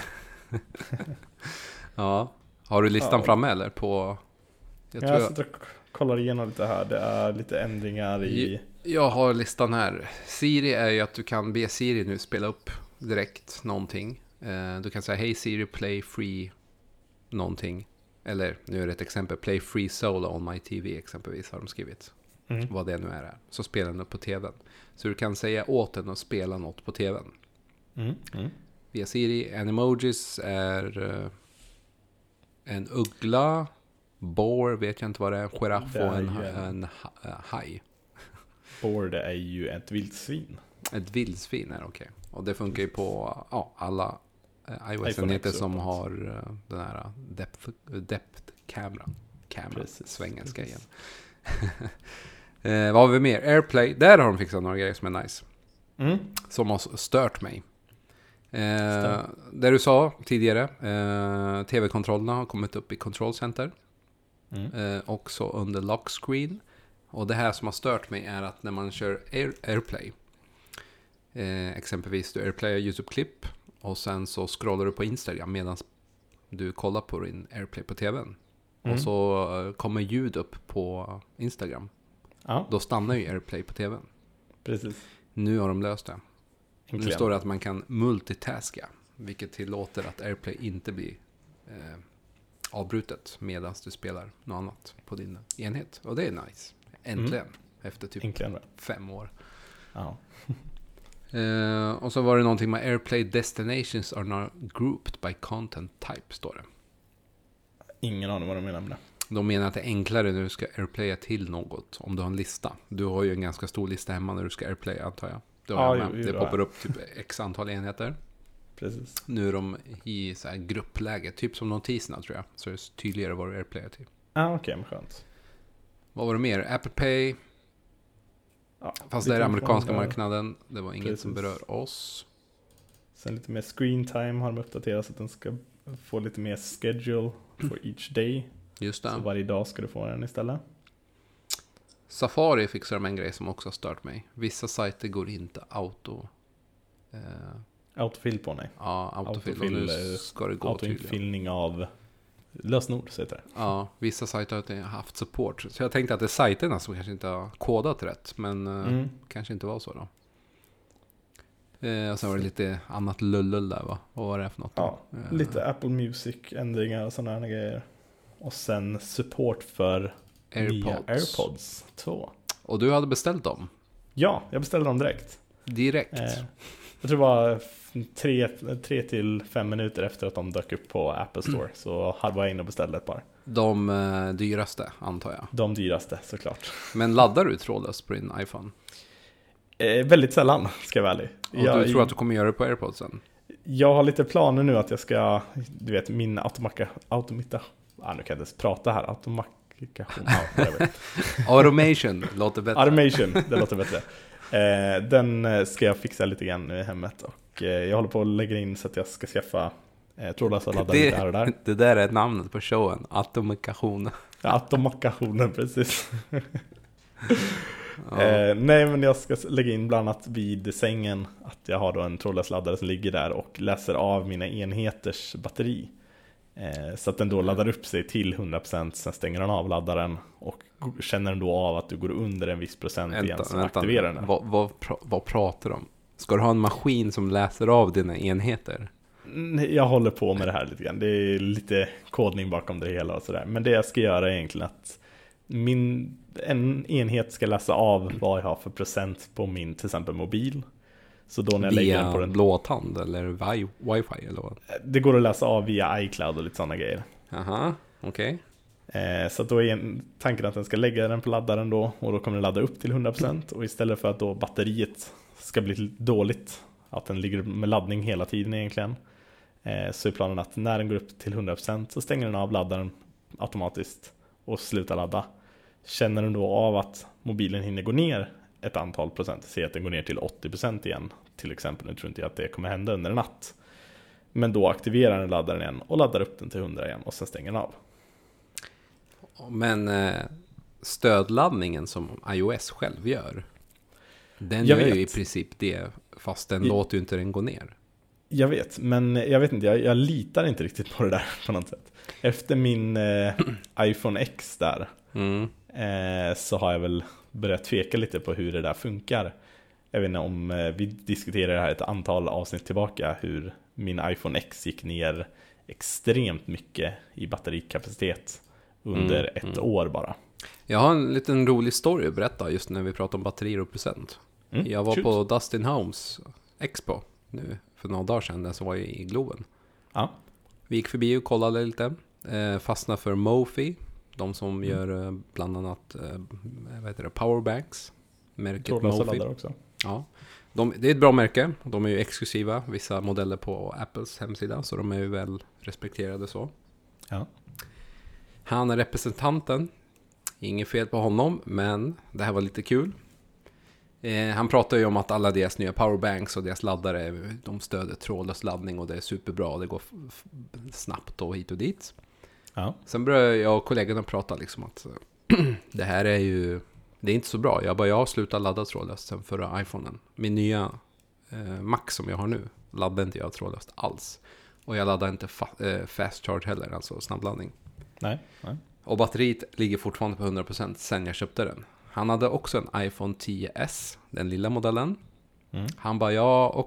Ja. Har du listan framme eller på... Jag sitter och kollar igenom lite här. Det är lite ändringar i... Jag har listan här. Siri är ju att du kan be Siri nu spela upp direkt någonting. Du kan säga hej Siri, play free någonting. Eller nu är det ett exempel, play free solo on my TV exempelvis har de skrivit. Vad det nu är. Så spelar den upp på tvn. Så du kan säga åt den att spela något på tvn. Via Siri. Animojis är en uggla. Boar vet jag inte vad det är. En giraff och en haj. Boar, det är ju ett vildsvin. Ett vildsvin är okej. Och det funkar ju på alla iOS-enheter som har den här depth camera. Svengelska igen. Vad har vi mer? AirPlay. Där har de fixat några grejer som är nice. Som har stört mig. Det du sa tidigare. TV-kontrollerna har kommit upp i Control Center. Också under lock screen. Och det här som har stört mig är att när man kör AirPlay. Exempelvis du AirPlayar YouTube-klipp. Och sen så scrollar du på Instagram medan du kollar på din AirPlay på tvn. Och så kommer ljud upp på Instagram. Då stannar ju AirPlay på tvn. Precis. Nu har de löst det. Nu står det att man kan multitaska. Vilket tillåter att AirPlay inte blir avbrutet medan du spelar något annat på din enhet. Och det är nice. Äntligen. Efter typ 5 år. Ja. Och så var det någonting med AirPlay destinations are now grouped by content type, står det. Ingen aning vad de menar med det. De menar att det är enklare när du ska AirPlaya till något. Om du har en lista. Du har ju en ganska stor lista hemma när du ska AirPlaya, antar jag. Det poppar upp typ x antal enheter. Precis. Nu är de i så här gruppläge. Typ som notiserna, tror jag. Så är det tydligare vad du AirPlayar till. Okej, men skönt. Vad var det mer? Apple Pay. Fast det är amerikanska marknaden. Det var inget som berör oss. Sen lite mer screen time har de uppdaterat så att den ska få lite mer schedule for each day. Just det. Så varje dag ska du få den istället. Safari fixar de en grej som också har stört mig. Vissa sajter går inte autofill på, nej. Ja, autofill ska det gå autoinfillning av lösenord, så heter det. Ja, vissa sajter har inte haft support. Så jag tänkte att det är sajterna som kanske inte har kodat rätt. Men kanske inte var så då. Och sen var det lite annat lullull där, va? Vad var det för något då? Ja, lite Apple Music-ändringar och sådana här grejer. Och sen support för nya AirPods 2. Och du hade beställt dem? Ja, jag beställde dem direkt. Jag tror det var 3 till 5 minuter efter att de dök upp på Apple Store. Så var jag inne och beställde ett par. De dyraste, antar jag. De dyraste, såklart. Men laddar du trådlöst på din iPhone? Väldigt sällan, ska jag vara ärlig. Och du tror att du kommer göra det på AirPodsen? Jag har lite planer nu att jag ska, du vet, min nu kan jag inte ens prata här. Automation låter bättre. Automation, det låter bättre. Den ska jag fixa lite grann nu i hemmet. Och jag håller på att lägga in så att jag ska skaffa trådlösa laddare lite här och där. Det där är namnet på showen. Automation. Automationen, precis. Nej, men jag ska lägga in bland annat vid sängen att jag har då en trådlös laddare som ligger där och läser av mina enheters batteri. Så att den då laddar upp sig till 100%, sen stänger den av laddaren och känner den då av att du går under en viss procent igen, så aktiverar den. Vad pratar du om? Ska du ha en maskin som läser av dina enheter? Jag håller på med det här lite grann. Det är lite kodning bakom det hela och sådär. Men det jag ska göra är egentligen att en enhet ska läsa av vad jag har för procent på min, till exempel, mobil. Så då när jag lägger den på den blåtand eller wifi eller vad? Det går att läsa av via iCloud och lite sådana grejer. Aha, okej. Så att då är tanken att den ska lägga den på laddaren då, och då kommer den ladda upp till 100%. Och istället för att då batteriet ska bli dåligt, att den ligger med laddning hela tiden egentligen, så är planen att när den går upp till 100% så stänger den av laddaren automatiskt och slutar ladda. Känner den då av att mobilen hinner gå ner ett antal procent, se att den går ner till 80% igen till exempel, nu tror inte jag att det kommer hända under en natt, men då aktiverar den laddaren igen och laddar upp den till 100 igen och sen stänger den av. Men stödladdningen som iOS själv gör, den gör ju i princip det, fast den låter ju inte den gå ner. Jag vet, men jag vet inte, jag litar inte riktigt på det där på något sätt. Efter min iPhone X där så har jag väl börjat tveka lite på hur det där funkar. Jag vet inte om vi diskuterade det här ett antal avsnitt tillbaka, hur min iPhone X gick ner extremt mycket i batterikapacitet under ett år bara. Jag har en liten rolig story att berätta just när vi pratar om batterier och procent. Jag var på Dustin Homes Expo nu för några dagar sedan, som var i Globen. Ja. Vi gick förbi och kollade lite. Fastnade för Mophie. De som gör bland annat powerbanks. Märket Mophie också. Ja. Det är ett bra märke. De är ju exklusiva, vissa modeller på Apples hemsida. Så de är ju väl respekterade så. Ja. Han är representanten. Inget fel på honom, men det här var lite kul. Han pratar ju om att alla deras nya powerbanks och deras laddare, de stöder trådlös laddning och det är superbra och det går snabbt och hit och dit. Ja. Sen började jag och kollegorna prata liksom att det här är ju, det är inte så bra. Jag har slutat ladda trådlöst sen förra iPhonen. Min nya Max som jag har nu laddar inte jag trådlöst alls. Och jag laddar inte fast charge heller, alltså snabbladdning. Nej. Och batteriet ligger fortfarande på 100% sen jag köpte den. Han hade också en iPhone 10s, den lilla modellen. Han bara,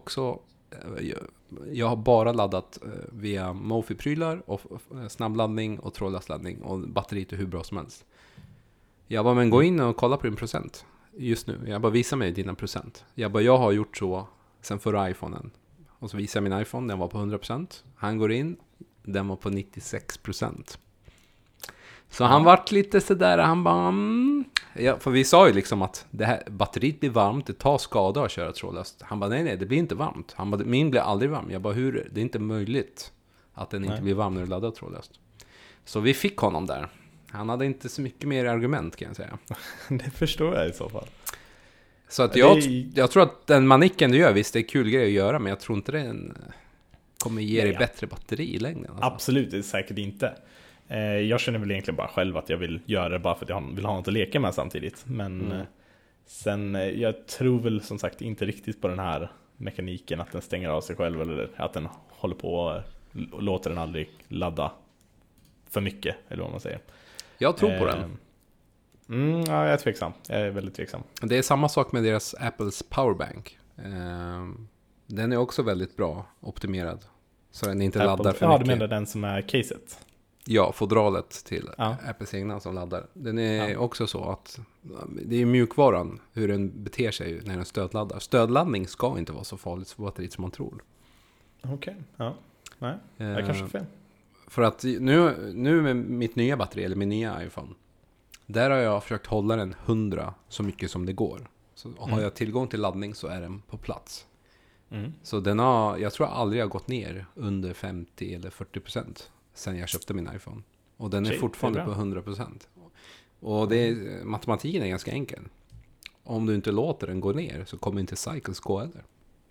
jag har bara laddat via Mophie-prylar och snabbladdning och trådlös laddning och batteriet är hur bra som helst. Jag bara, men gå in och kolla på din procent just nu. Jag bara, visa mig dina procent. Jag har gjort så sen förra iPhonen. Och så visar jag min iPhone, den var på 100%. Han går in, den var på 96%. Så han vart lite sådär, han bara... Ja, för vi sa ju liksom att det här batteriet blir varmt, det tar skada att köra trådlöst. Han bara, nej, det blir inte varmt. Han bara, min blir aldrig varm. Jag bara, hur? Det är inte möjligt att den inte blir varm när du laddar trådlöst. Så vi fick honom där. Han hade inte så mycket mer argument, kan jag säga. Det förstår jag i så fall. Så att jag tror att den manicken du gör, visst det är kul grej att göra, men jag tror inte den kommer ge dig bättre batteri i längden. Alltså. Absolut, det är säkert inte. Jag känner väl egentligen bara själv att jag vill göra det bara för att jag vill ha något att leka med samtidigt. Men sen, jag tror väl som sagt inte riktigt på den här mekaniken att den stänger av sig själv eller att den håller på och låter den aldrig ladda för mycket, eller vad man säger. Jag tror på den. Ja, jag är tveksam. Jag är väldigt tveksam. Det är samma sak med deras Apples Powerbank. Den är också väldigt bra optimerad. Så den inte laddar för mycket. Ja, du menar den som är caset? Ja, fodralet till Apples egna som laddar. Den är också så att det är mjukvaran hur den beter sig när den stödladdar. Stödladdning ska inte vara så farligt för batteriet som man tror. Okej, ja. Nej, jag kanske är fel. För att nu med mitt nya batteri, eller min nya iPhone, där har jag försökt hålla den 100 så mycket som det går. Så har jag tillgång till laddning så är den på plats. Så jag tror aldrig jag har gått ner under 50 eller 40% sen jag köpte min iPhone. Och den är fortfarande på 100%. Och matematiken är ganska enkel. Om du inte låter den gå ner så kommer inte Cycles gå heller.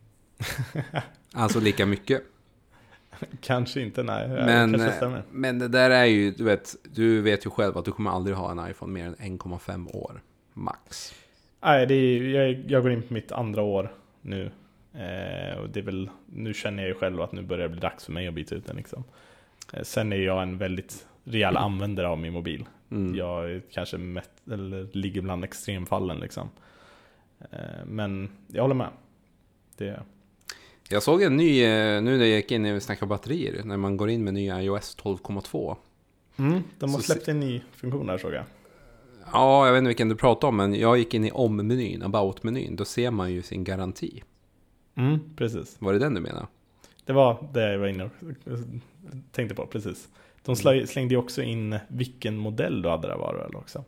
Alltså lika mycket. Kanske inte, nej. Men det där är ju, du vet ju själv att du kommer aldrig ha en iPhone mer än 1,5 år. Max. Nej, jag går in på mitt andra år nu. Och det är väl, nu känner jag ju själv att nu börjar det bli dags för mig att byta ut den liksom. Sen är jag en väldigt rejäl användare av min mobil. Jag är kanske ligger bland extremfallen liksom. Men jag håller med. Jag såg en ny, nu när jag gick in och snackade batterier, när man går in med nya iOS 12,2. De har släppt en ny funktion där, såg jag. Ja, jag vet inte vilken du pratar om, men jag gick in i om-menyn, about-menyn. Då ser man ju sin garanti. Precis. Var det den du menar? Det var det jag var inne och tänkte på, precis. De slängde ju också in vilken modell du hade där, var det eller också?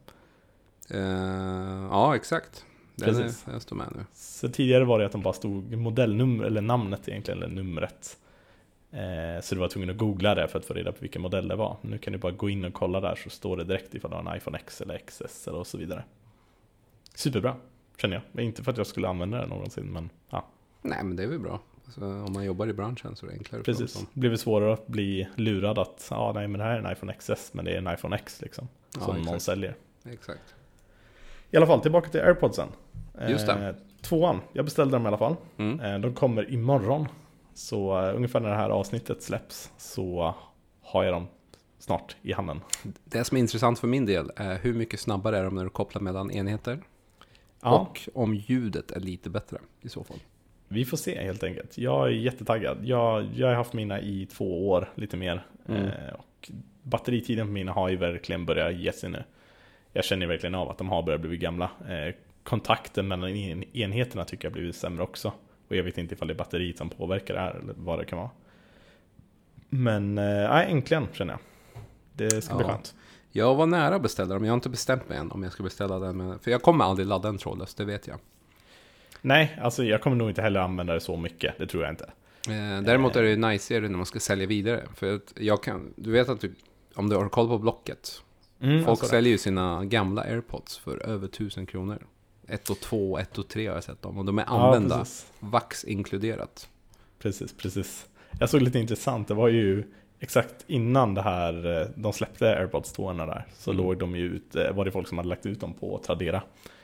Ja, exakt. Den står med nu. Så tidigare var det att de bara stod modellnummer, eller namnet egentligen, eller numret. Så du var tvungen att googla det för att få reda på vilken modell det var. Nu kan du bara gå in och kolla där, så står det direkt ifall du har en iPhone X eller XS eller och så vidare. Superbra, känner jag. Inte för att jag skulle använda det någonsin, men ja. Nej, men det är väl bra. Alltså, om man jobbar i branschen så är det enklare. Precis, det blir svårare att bli lurad att nej, men det här är en iPhone XS, men det är en iPhone X liksom, som någon säljer. Exakt. I alla fall, tillbaka till AirPodsen. Just det. 2an, jag beställde dem i alla fall. De kommer imorgon. Så ungefär när det här avsnittet släpps så har jag dem snart i handen. Det som är intressant för min del är hur mycket snabbare är de när du kopplar mellan enheter. Och om ljudet är lite bättre i så fall. Vi får se helt enkelt. Jag är jättetaggad. Jag har haft mina i 2 år, lite mer. Och batteritiden på mina har ju verkligen börjat ge sig nu. Jag känner verkligen av att de har börjat bli gamla. Kontakten mellan enheterna tycker jag blivit sämre också. Och jag vet inte ifall det är batteriet som påverkar det här eller vad det kan vara. Men äntligen känner jag. Det ska bli skönt. Jag var nära att beställa dem. Jag har inte bestämt mig än om jag ska beställa den. För jag kommer aldrig ladda en trådlös, det vet jag. Nej, alltså jag kommer nog inte heller använda det så mycket. Det tror jag inte. Däremot är det niceare när man ska sälja vidare. För att du vet att om du har koll på Blocket. Folk säljer ju sina gamla AirPods för över 1000 kronor. 1 och 2, 1 och 3 har jag sett dem. Och de är använda. Vax inkluderat. Precis. Jag såg lite intressant. Det var ju exakt innan det här, de släppte AirPods 2-arna där. Så låg de ju ut, var det folk som hade lagt ut dem på Tradera.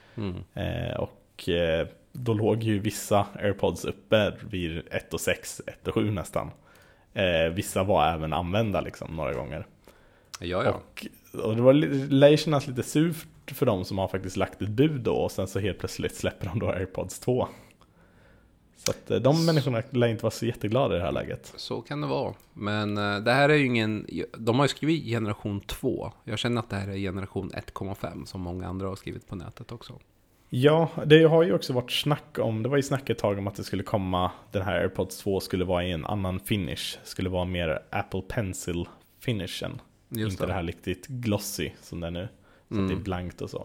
Och då låg ju vissa AirPods uppe vid 1 och 6, 1 och 7 nästan. Vissa var även använda liksom några gånger. Ja. Och det var lär lite surt för dem som har faktiskt lagt ett bud då. Och sen så helt plötsligt släpper de då AirPods 2. Så att de människorna lär inte vara så jätteglada i det här läget. Så kan det vara. Men det här är ju ingen... De har ju skrivit generation 2. Jag känner att det här är generation 1,5 som många andra har skrivit på nätet också. Ja, det har ju också varit snack om... Det var ju snack ett tag om att det skulle komma... Den här AirPods 2 skulle vara i en annan finish. Skulle vara mer Apple Pencil finishen. Inte det här riktigt glossy som det är nu. Så att det är blankt och så.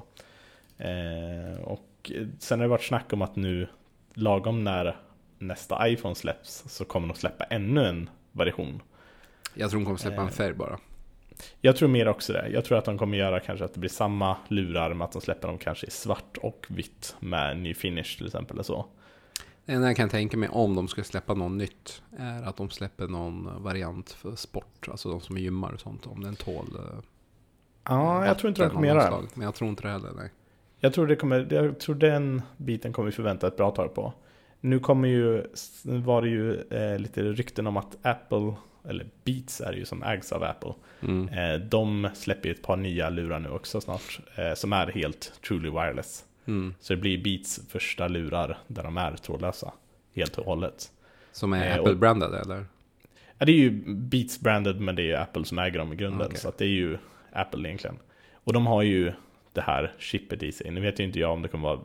Och sen har det varit snack om att nu lagom när nästa iPhone släpps så kommer de släppa ännu en version. Jag tror de kommer släppa en färg bara. Jag tror mer också det. Jag tror att de kommer göra kanske att det blir samma lurar, med att de släpper dem kanske i svart och vitt med ny finish till exempel eller så. Det enda jag kan tänka mig om de ska släppa något nytt är att de släpper någon variant för sport, alltså de som gymmar och sånt, om den tål. Ja, jag tror inte de kommer göra det. Men jag tror inte det heller, nej. Jag tror den biten kommer vi förvänta ett bra tag på. Nu var det ju lite rykten om att Apple, eller Beats är ju som ägs av Apple. De släpper ju ett par nya lurar nu också snart, som är helt truly wireless. Så det blir Beats första lurar där de är trådlösa helt och hållet. Som är Apple-brandade eller? Ja, det är ju Beats-branded, men det är Apple som äger dem i grunden. Okay. Så att det är ju Apple egentligen. Och de har ju det här chippet i sig. Nu vet ju inte jag om det kommer vara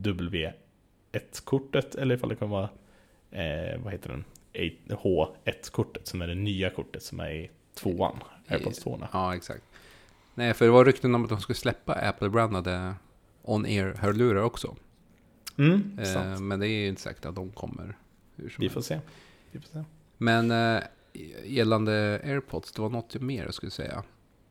W1-kortet eller ifall det kommer vara vad heter den? H1-kortet som är det nya kortet som är i 2an, AirPods 2. Ja, exakt. Nej, för det var rykten om att de skulle släppa Apple-brandade on-ear-hörlurar också. Men det är ju inte säkert att de kommer. Vi får se. Men gällande AirPods, det var något mer jag skulle säga.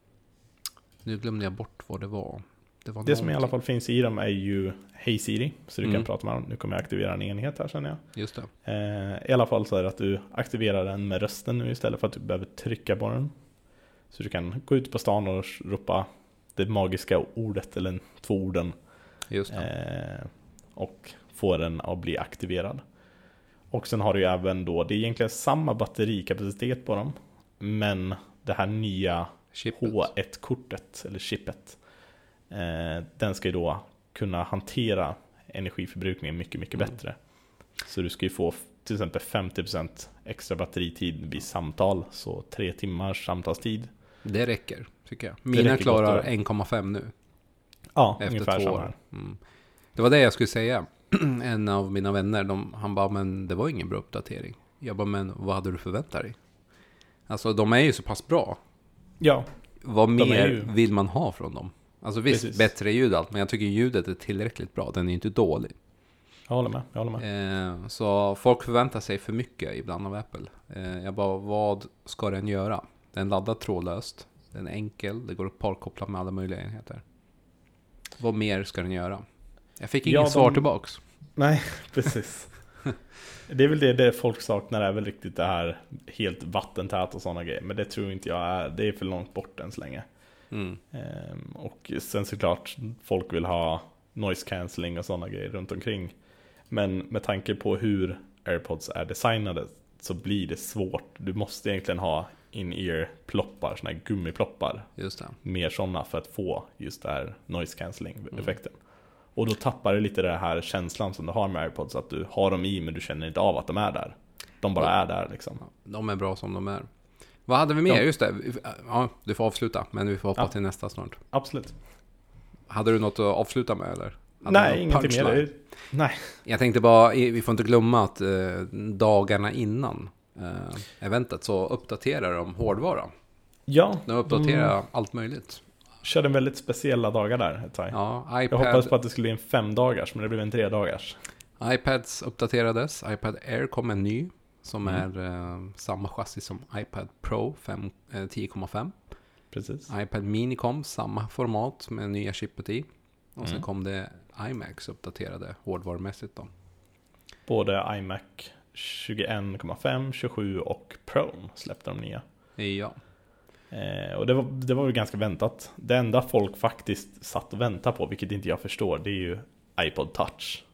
Nu glömde jag bort vad det var. Det som i alla fall finns i dem är ju Hey Siri, så du kan prata med dem. Nu kommer jag aktivera en enhet här, känner jag. Just det. I alla fall så är det att du aktiverar den med rösten nu istället för att du behöver trycka på den. Så du kan gå ut på stan och ropa det magiska ordet eller 2 orden. Just det. Och få den att bli aktiverad. Och sen har du ju även då, det är egentligen samma batterikapacitet på dem, men det här nya H1-kortet eller chippet, den ska ju då kunna hantera energiförbrukningen mycket, mycket bättre. Så du ska ju få till exempel 50% extra batteritid vid samtal, så 3 timmars samtalstid. Det räcker, tycker jag. Mina klarar 1,5 nu. Ja, efter ungefär 2 år. Det var det jag skulle säga. En av mina vänner, han bara, men det var ingen bra uppdatering. Jag bara, men vad hade du förväntat dig? Alltså, de är ju så pass bra. Ja. Vad mer vill man ha från dem? Alltså visst, bättre ljud allt, men jag tycker ljudet är tillräckligt bra. Den är inte dålig. Jag håller med. Så folk förväntar sig för mycket ibland av Apple. Jag bara, vad ska den göra? Den laddar trådlöst. Den är enkel. Det går att parkoppla med alla möjliga enheter. Vad mer ska den göra? Jag fick inget svar tillbaks. Nej, precis. Det är väl det folk saknar, är väl riktigt det här helt vattentät och sådana grejer. Men det tror inte jag det är för långt bort än så länge. Och sen såklart folk vill ha noise cancelling och sådana grejer runt omkring. Men med tanke på hur AirPods är designade så blir det svårt. Du måste egentligen ha in-ear-ploppar, såna här gummiploppar. Just det. Mer sådana för att få just det här noise cancelling-effekten. Och då tappar du lite det här känslan som du har med AirPods, att du har dem i men du känner inte av att de är där. De bara är där liksom. De är bra som de är. Vad hade vi mer? Just det. Ja, du får avsluta, men vi får hoppa till nästa snart. Absolut. Hade du något att avsluta med eller? Nej, ingenting mer. Nej. Jag tänkte bara, vi får inte glömma att dagarna innan eventet så uppdaterar de hårdvara. Ja. De uppdaterar allt möjligt. Körde en väldigt speciella dagar där ett tag. Ja, jag hoppades på att det skulle bli en 5-dagars, men det blev en 3-dagars. iPads uppdaterades. iPad Air kom en ny som är samma chassi som iPad Pro 10,5. Precis. iPad Mini kom, samma format med nya chippet i. Och sen kom det iMacs uppdaterade hårdvarumässigt då. Både iMac 21,5, 27 och Pro släppte de nya. Ja. Och det var väl ganska väntat. Det enda folk faktiskt satt och väntade på, vilket inte jag förstår, det är ju iPod Touch.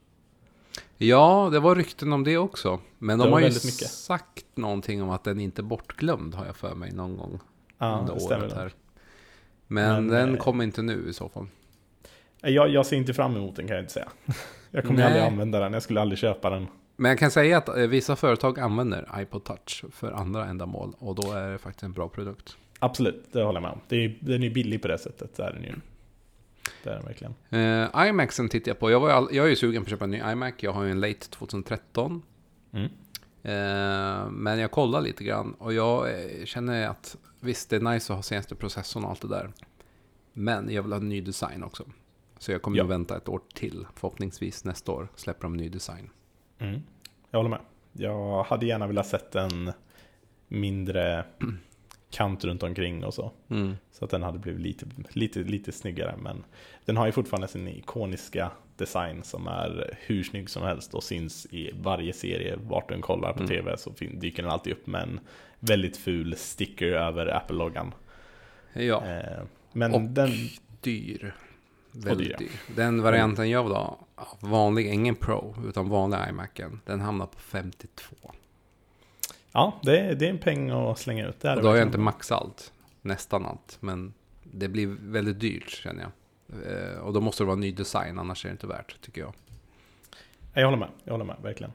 Ja, det var rykten om det också. Men de har ju sagt någonting om att den inte är bortglömd, har jag för mig någon gång under året här. Men den kommer inte nu i så fall. Jag ser inte fram emot den, kan jag inte säga. Jag kommer aldrig använda den, jag skulle aldrig köpa den. Men jag kan säga att vissa företag använder iPod Touch för andra ändamål, och då är det faktiskt en bra produkt. Absolut, det håller jag med om. Den är billig på det sättet, det är den ju. Det är den verkligen. iMacen tittar jag på. Jag är ju sugen på att köpa en ny iMac. Jag har ju en late 2013. Men jag kollar lite grann och jag känner att visst, det är nice att ha senaste processorn och allt det där. Men jag vill ha en ny design också. Så jag kommer nog vänta ett år till. Förhoppningsvis nästa år släpper de en ny design. Jag håller med. Jag hade gärna velat sett en mindre kant runt omkring och så. Så att den hade blivit lite snyggare. Men den har ju fortfarande sin ikoniska design som är hur snygg som helst och syns i varje serie. Vart den kollar på tv så dyker den alltid upp med en väldigt ful sticker över Apple-loggan. Ja, men och den dyr. Väldigt dyr. Den varianten jag vill ha, vanlig, ingen Pro, utan vanlig iMacen, den hamnar på 52. Ja, det är en peng att slänga ut. Och då har jag inte maxat nästan allt, men det blir väldigt dyrt känner jag. Och då måste det vara en ny design, annars är det inte värt, tycker jag. Jag håller med, verkligen.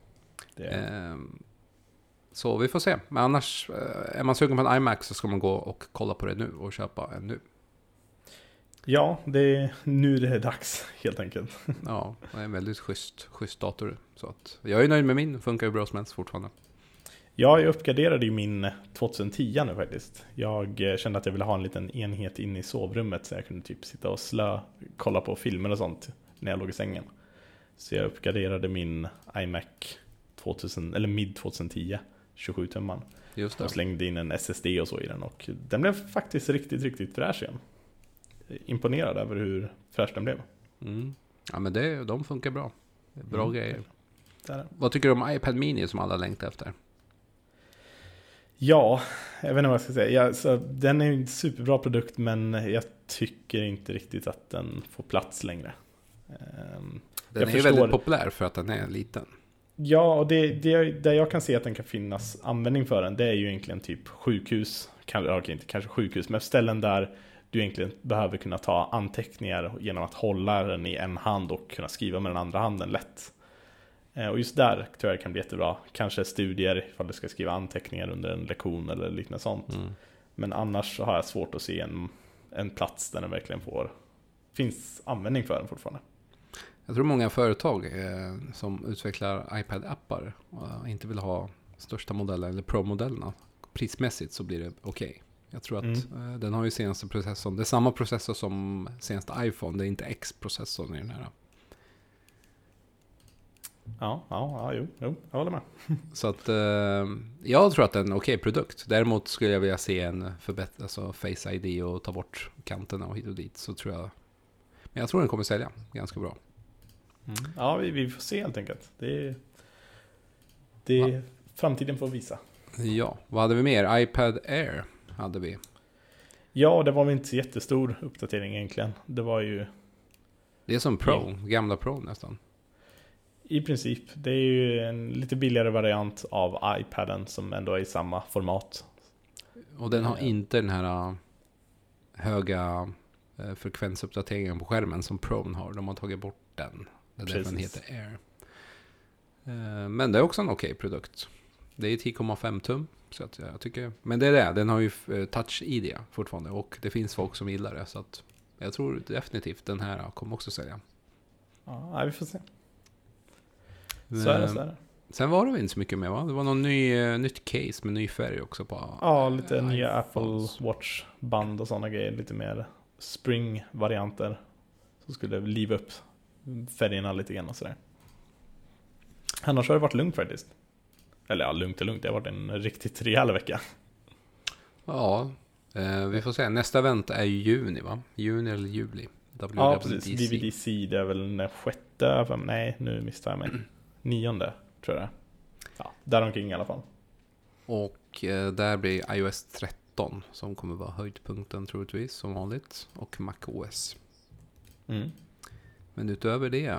Så vi får se. Men annars, är man sugen på en iMac så ska man gå och kolla på det nu och köpa en nu. Ja, nu det är dags helt enkelt. Ja, det är en väldigt schysst dator. Så att jag är nöjd med min, funkar ju bra som helst fortfarande. Ja, jag uppgraderade ju min 2010 nu faktiskt. Jag kände att jag ville ha en liten enhet inne i sovrummet så jag kunde typ sitta och kolla på filmer och sånt när jag låg i sängen. Så jag uppgraderade min iMac mid 2010, 27-tumman. Just det. Och slängde in en SSD och så i den och den blev faktiskt riktigt fräsch igen. Imponerad över hur fräsch den blev. Ja, men de funkar bra. Bra grejer. Där. Vad tycker du om iPad Mini som alla längtar efter? Ja, jag vet inte vad jag ska säga. Så den är en superbra produkt men jag tycker inte riktigt att den får plats längre. Den är ju väldigt populär för att den är liten. Ja, och där jag kan se att den kan finnas användning för den, det är ju egentligen typ sjukhus. Kanske sjukhus, men ställen där du egentligen behöver kunna ta anteckningar genom att hålla den i en hand och kunna skriva med den andra handen lätt. Och just där tror jag det kan bli jättebra. Kanske studier ifall du ska skriva anteckningar under en lektion eller liknande sånt. Men annars så har jag svårt att se en plats där den verkligen finns användning för den fortfarande. Jag tror många företag som utvecklar iPad-appar inte vill ha största modellen eller Pro-modellerna. Prismässigt så blir det okej. Jag tror att den har ju senaste processorn. Det är samma processor som senaste iPhone. Det är inte X-processorn i den här. Jo, jag håller med. Så att jag tror att det är en okej produkt. Däremot skulle jag vilja se en förbättrad, alltså Face ID och ta bort kanterna och hit och dit. Så tror jag. Men jag tror den kommer sälja ganska bra. Ja, vi får se helt enkelt. Framtiden får visa. Ja, vad hade vi mer? iPad Air hade vi. Ja, det var väl inte så jättestor uppdatering egentligen. Det var ju... Det är som Pro, gamla Pro nästan. I princip. Det är ju en lite billigare variant av iPaden som ändå är i samma format. Och den har inte den här höga frekvensuppdateringen på skärmen som Pro har. De har tagit bort den. Det är därför den heter Air. Men det är också en okej produkt. Det är 10,5 tum. Så att jag tycker, men det är det. Den har ju Touch-ID fortfarande. Och det finns folk som gillar det. Så att jag tror definitivt den här kommer också sälja. Ja, vi får se. Så är det. Sen var det väl inte så mycket mer, va? Det var någon nytt case med ny färg också på. Ja, lite nya Apple Watch-band och sådana grejer. Lite mer spring-varianter. Som skulle liva upp färgerna lite grann och sådär. Annars har det varit lugnt faktiskt. Eller ja, lugnt. Det har varit en riktigt rejäl vecka. Ja, vi får se. Nästa event är ju juni, va? Juni eller juli. Ja, precis. WWDC, det är väl den 6:e. Nej, nu missar jag mig. 9:e, tror jag. Ja, däromkring i alla fall. Och där blir iOS 13 som kommer vara höjdpunkten troligtvis, som vanligt. Och macOS. Men utöver det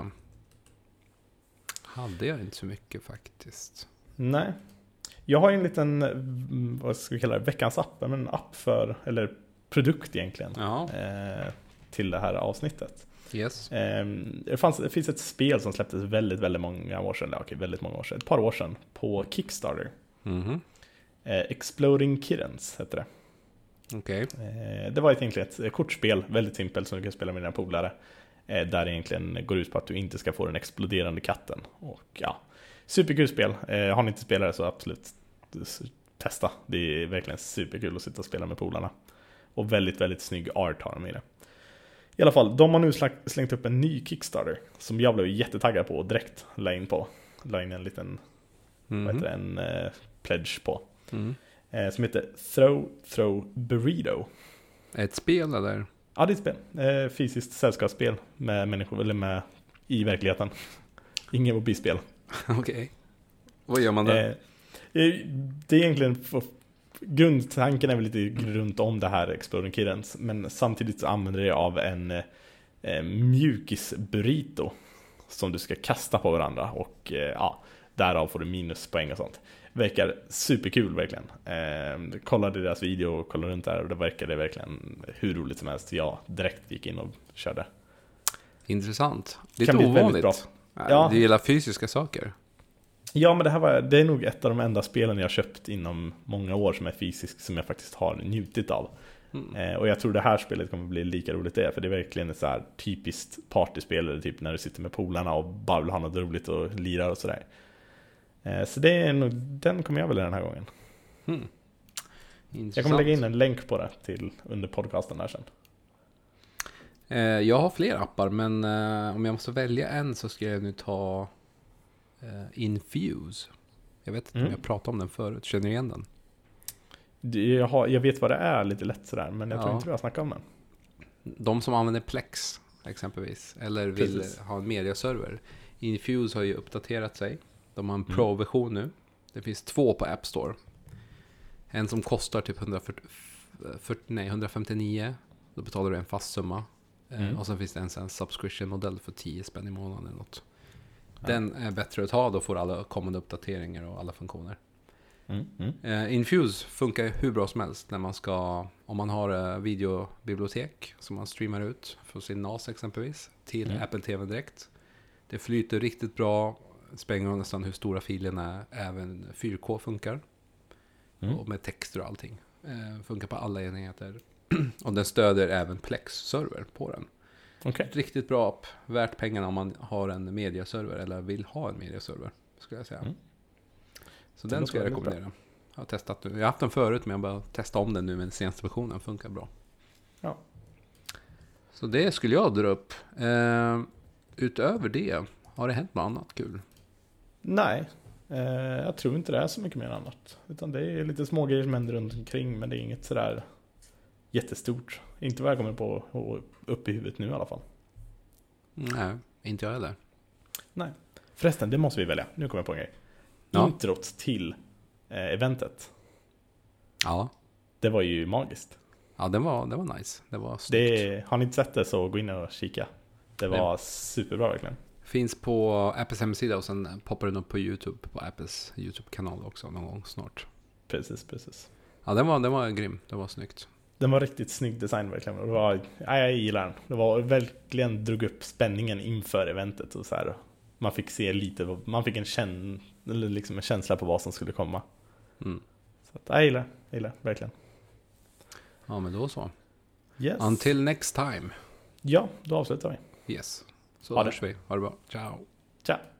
hade jag inte så mycket faktiskt. Nej. Jag har en liten, vad ska vi kalla det, veckans app. En app för, eller produkt egentligen. Ja. Till det här avsnittet. Yes. Det finns ett spel som släpptes väldigt många år sedan. Väldigt många år sedan. Ett par år sedan. På Kickstarter. Exploding Kittens heter det. Okay. Det var egentligen ett kortspel. Väldigt simpelt som du kan spela med dina polare. Där egentligen går ut på att du inte ska få den exploderande katten. Och ja, Superkul spel. Har ni inte spelat det så absolut testa. Det är verkligen superkul att sitta och spela med polarna. Och väldigt, väldigt snygg art har de i det. I alla fall, de har nu slängt upp en ny Kickstarter som jag blev jättetaggad på och direkt la in en liten pledge på. Som heter Throw Burrito. Ett spel eller? Ja, det är ett spel. Fysiskt sällskapsspel med människor, eller med i verkligheten. Ingen mobilspel. Okej. Vad gör man där? Det är egentligen grundtanken är väl lite runt om det här Exploding Kittens, men samtidigt så använder det av en mjukisburrito som du ska kasta på varandra och därav får du minuspoäng och sånt. Verkar superkul verkligen. Kollade deras video och kollade runt där och det verkade verkligen hur roligt som helst. Jag direkt gick in och körde. Intressant. Lite ovanligt. Ja. Du gillar fysiska saker. Ja, men det är nog ett av de enda spelen jag köpt inom många år som är fysiskt som jag faktiskt har njutit av. Och jag tror det här spelet kommer bli lika roligt det, för det är verkligen ett så här typiskt partyspel, typ när du sitter med polarna och bara vill ha något roligt och lirar och sådär. Så det är nog, den kommer jag väl den här gången. Jag kommer lägga in en länk på det under podcasten där sen. Jag har fler appar, men om jag måste välja en så ska jag nu ta Infuse. Jag vet inte om jag pratade om den förut. Känner du igen den? Jag vet vad det är lite lätt sådär, men jag tror inte vi har snackat om den. De som använder Plex exempelvis, eller vill ha en mediaserver. Infuse har ju uppdaterat sig. De har en Pro-version nu. Det finns 2 på App Store. En som kostar typ 159. Då betalar du en fast summa. Och sen finns det en subscription-modell för 10 spänn i månaden eller något. Den är bättre att ha, då får alla kommande uppdateringar och alla funktioner. Infuse funkar hur bra som helst när man ska, om man har videobibliotek som man streamar ut från sin NAS exempelvis till Apple TV direkt. Det flyter riktigt bra, spelar nästan hur stora filerna är, även 4K funkar. Och med texter och allting. Funkar på alla enheter. Och den stöder även Plex-server på den. Okay. Riktigt bra app. Värt pengarna om man har en mediaserver eller vill ha en mediaserver, skulle jag säga. Så den ska jag rekommendera. Jag har testat nu. Jag har haft den förut, men jag bara testa om den nu med den senaste versionen. Funkar bra. Ja. Så det skulle jag dra upp. Utöver det, har det hänt något annat kul? Nej. Jag tror inte det är så mycket mer annat. Utan det är lite små grejer som händer runt omkring, men det är inget sådär jättestort. Inte vad jag kommer på upp i huvudet nu i alla fall. Nej, inte jag heller. Nej. Förresten, det måste vi välja. Nu kommer jag på en grej. Introt till eventet. Ja. Det var ju magiskt. Ja, det var nice. Det var snyggt. Har ni inte sett det så gå in och kika. Det var superbra verkligen. Finns på Apples hemsida och sen poppar den upp på YouTube, på Apples YouTube-kanal också någon gång snart. Precis. Ja, den var grym. Det var snyggt. Den var riktigt snygg design verkligen. Jag gillar den. Det var verkligen drog upp spänningen inför eventet och så här. Man fick se lite, man fick en känsla på vad som skulle komma. Så att, jag gillar verkligen. Ja, men då så. Yes. Until next time. Ja, då avslutar vi. Yes. Så hörs vi. Ha det bra. Ciao. Ciao.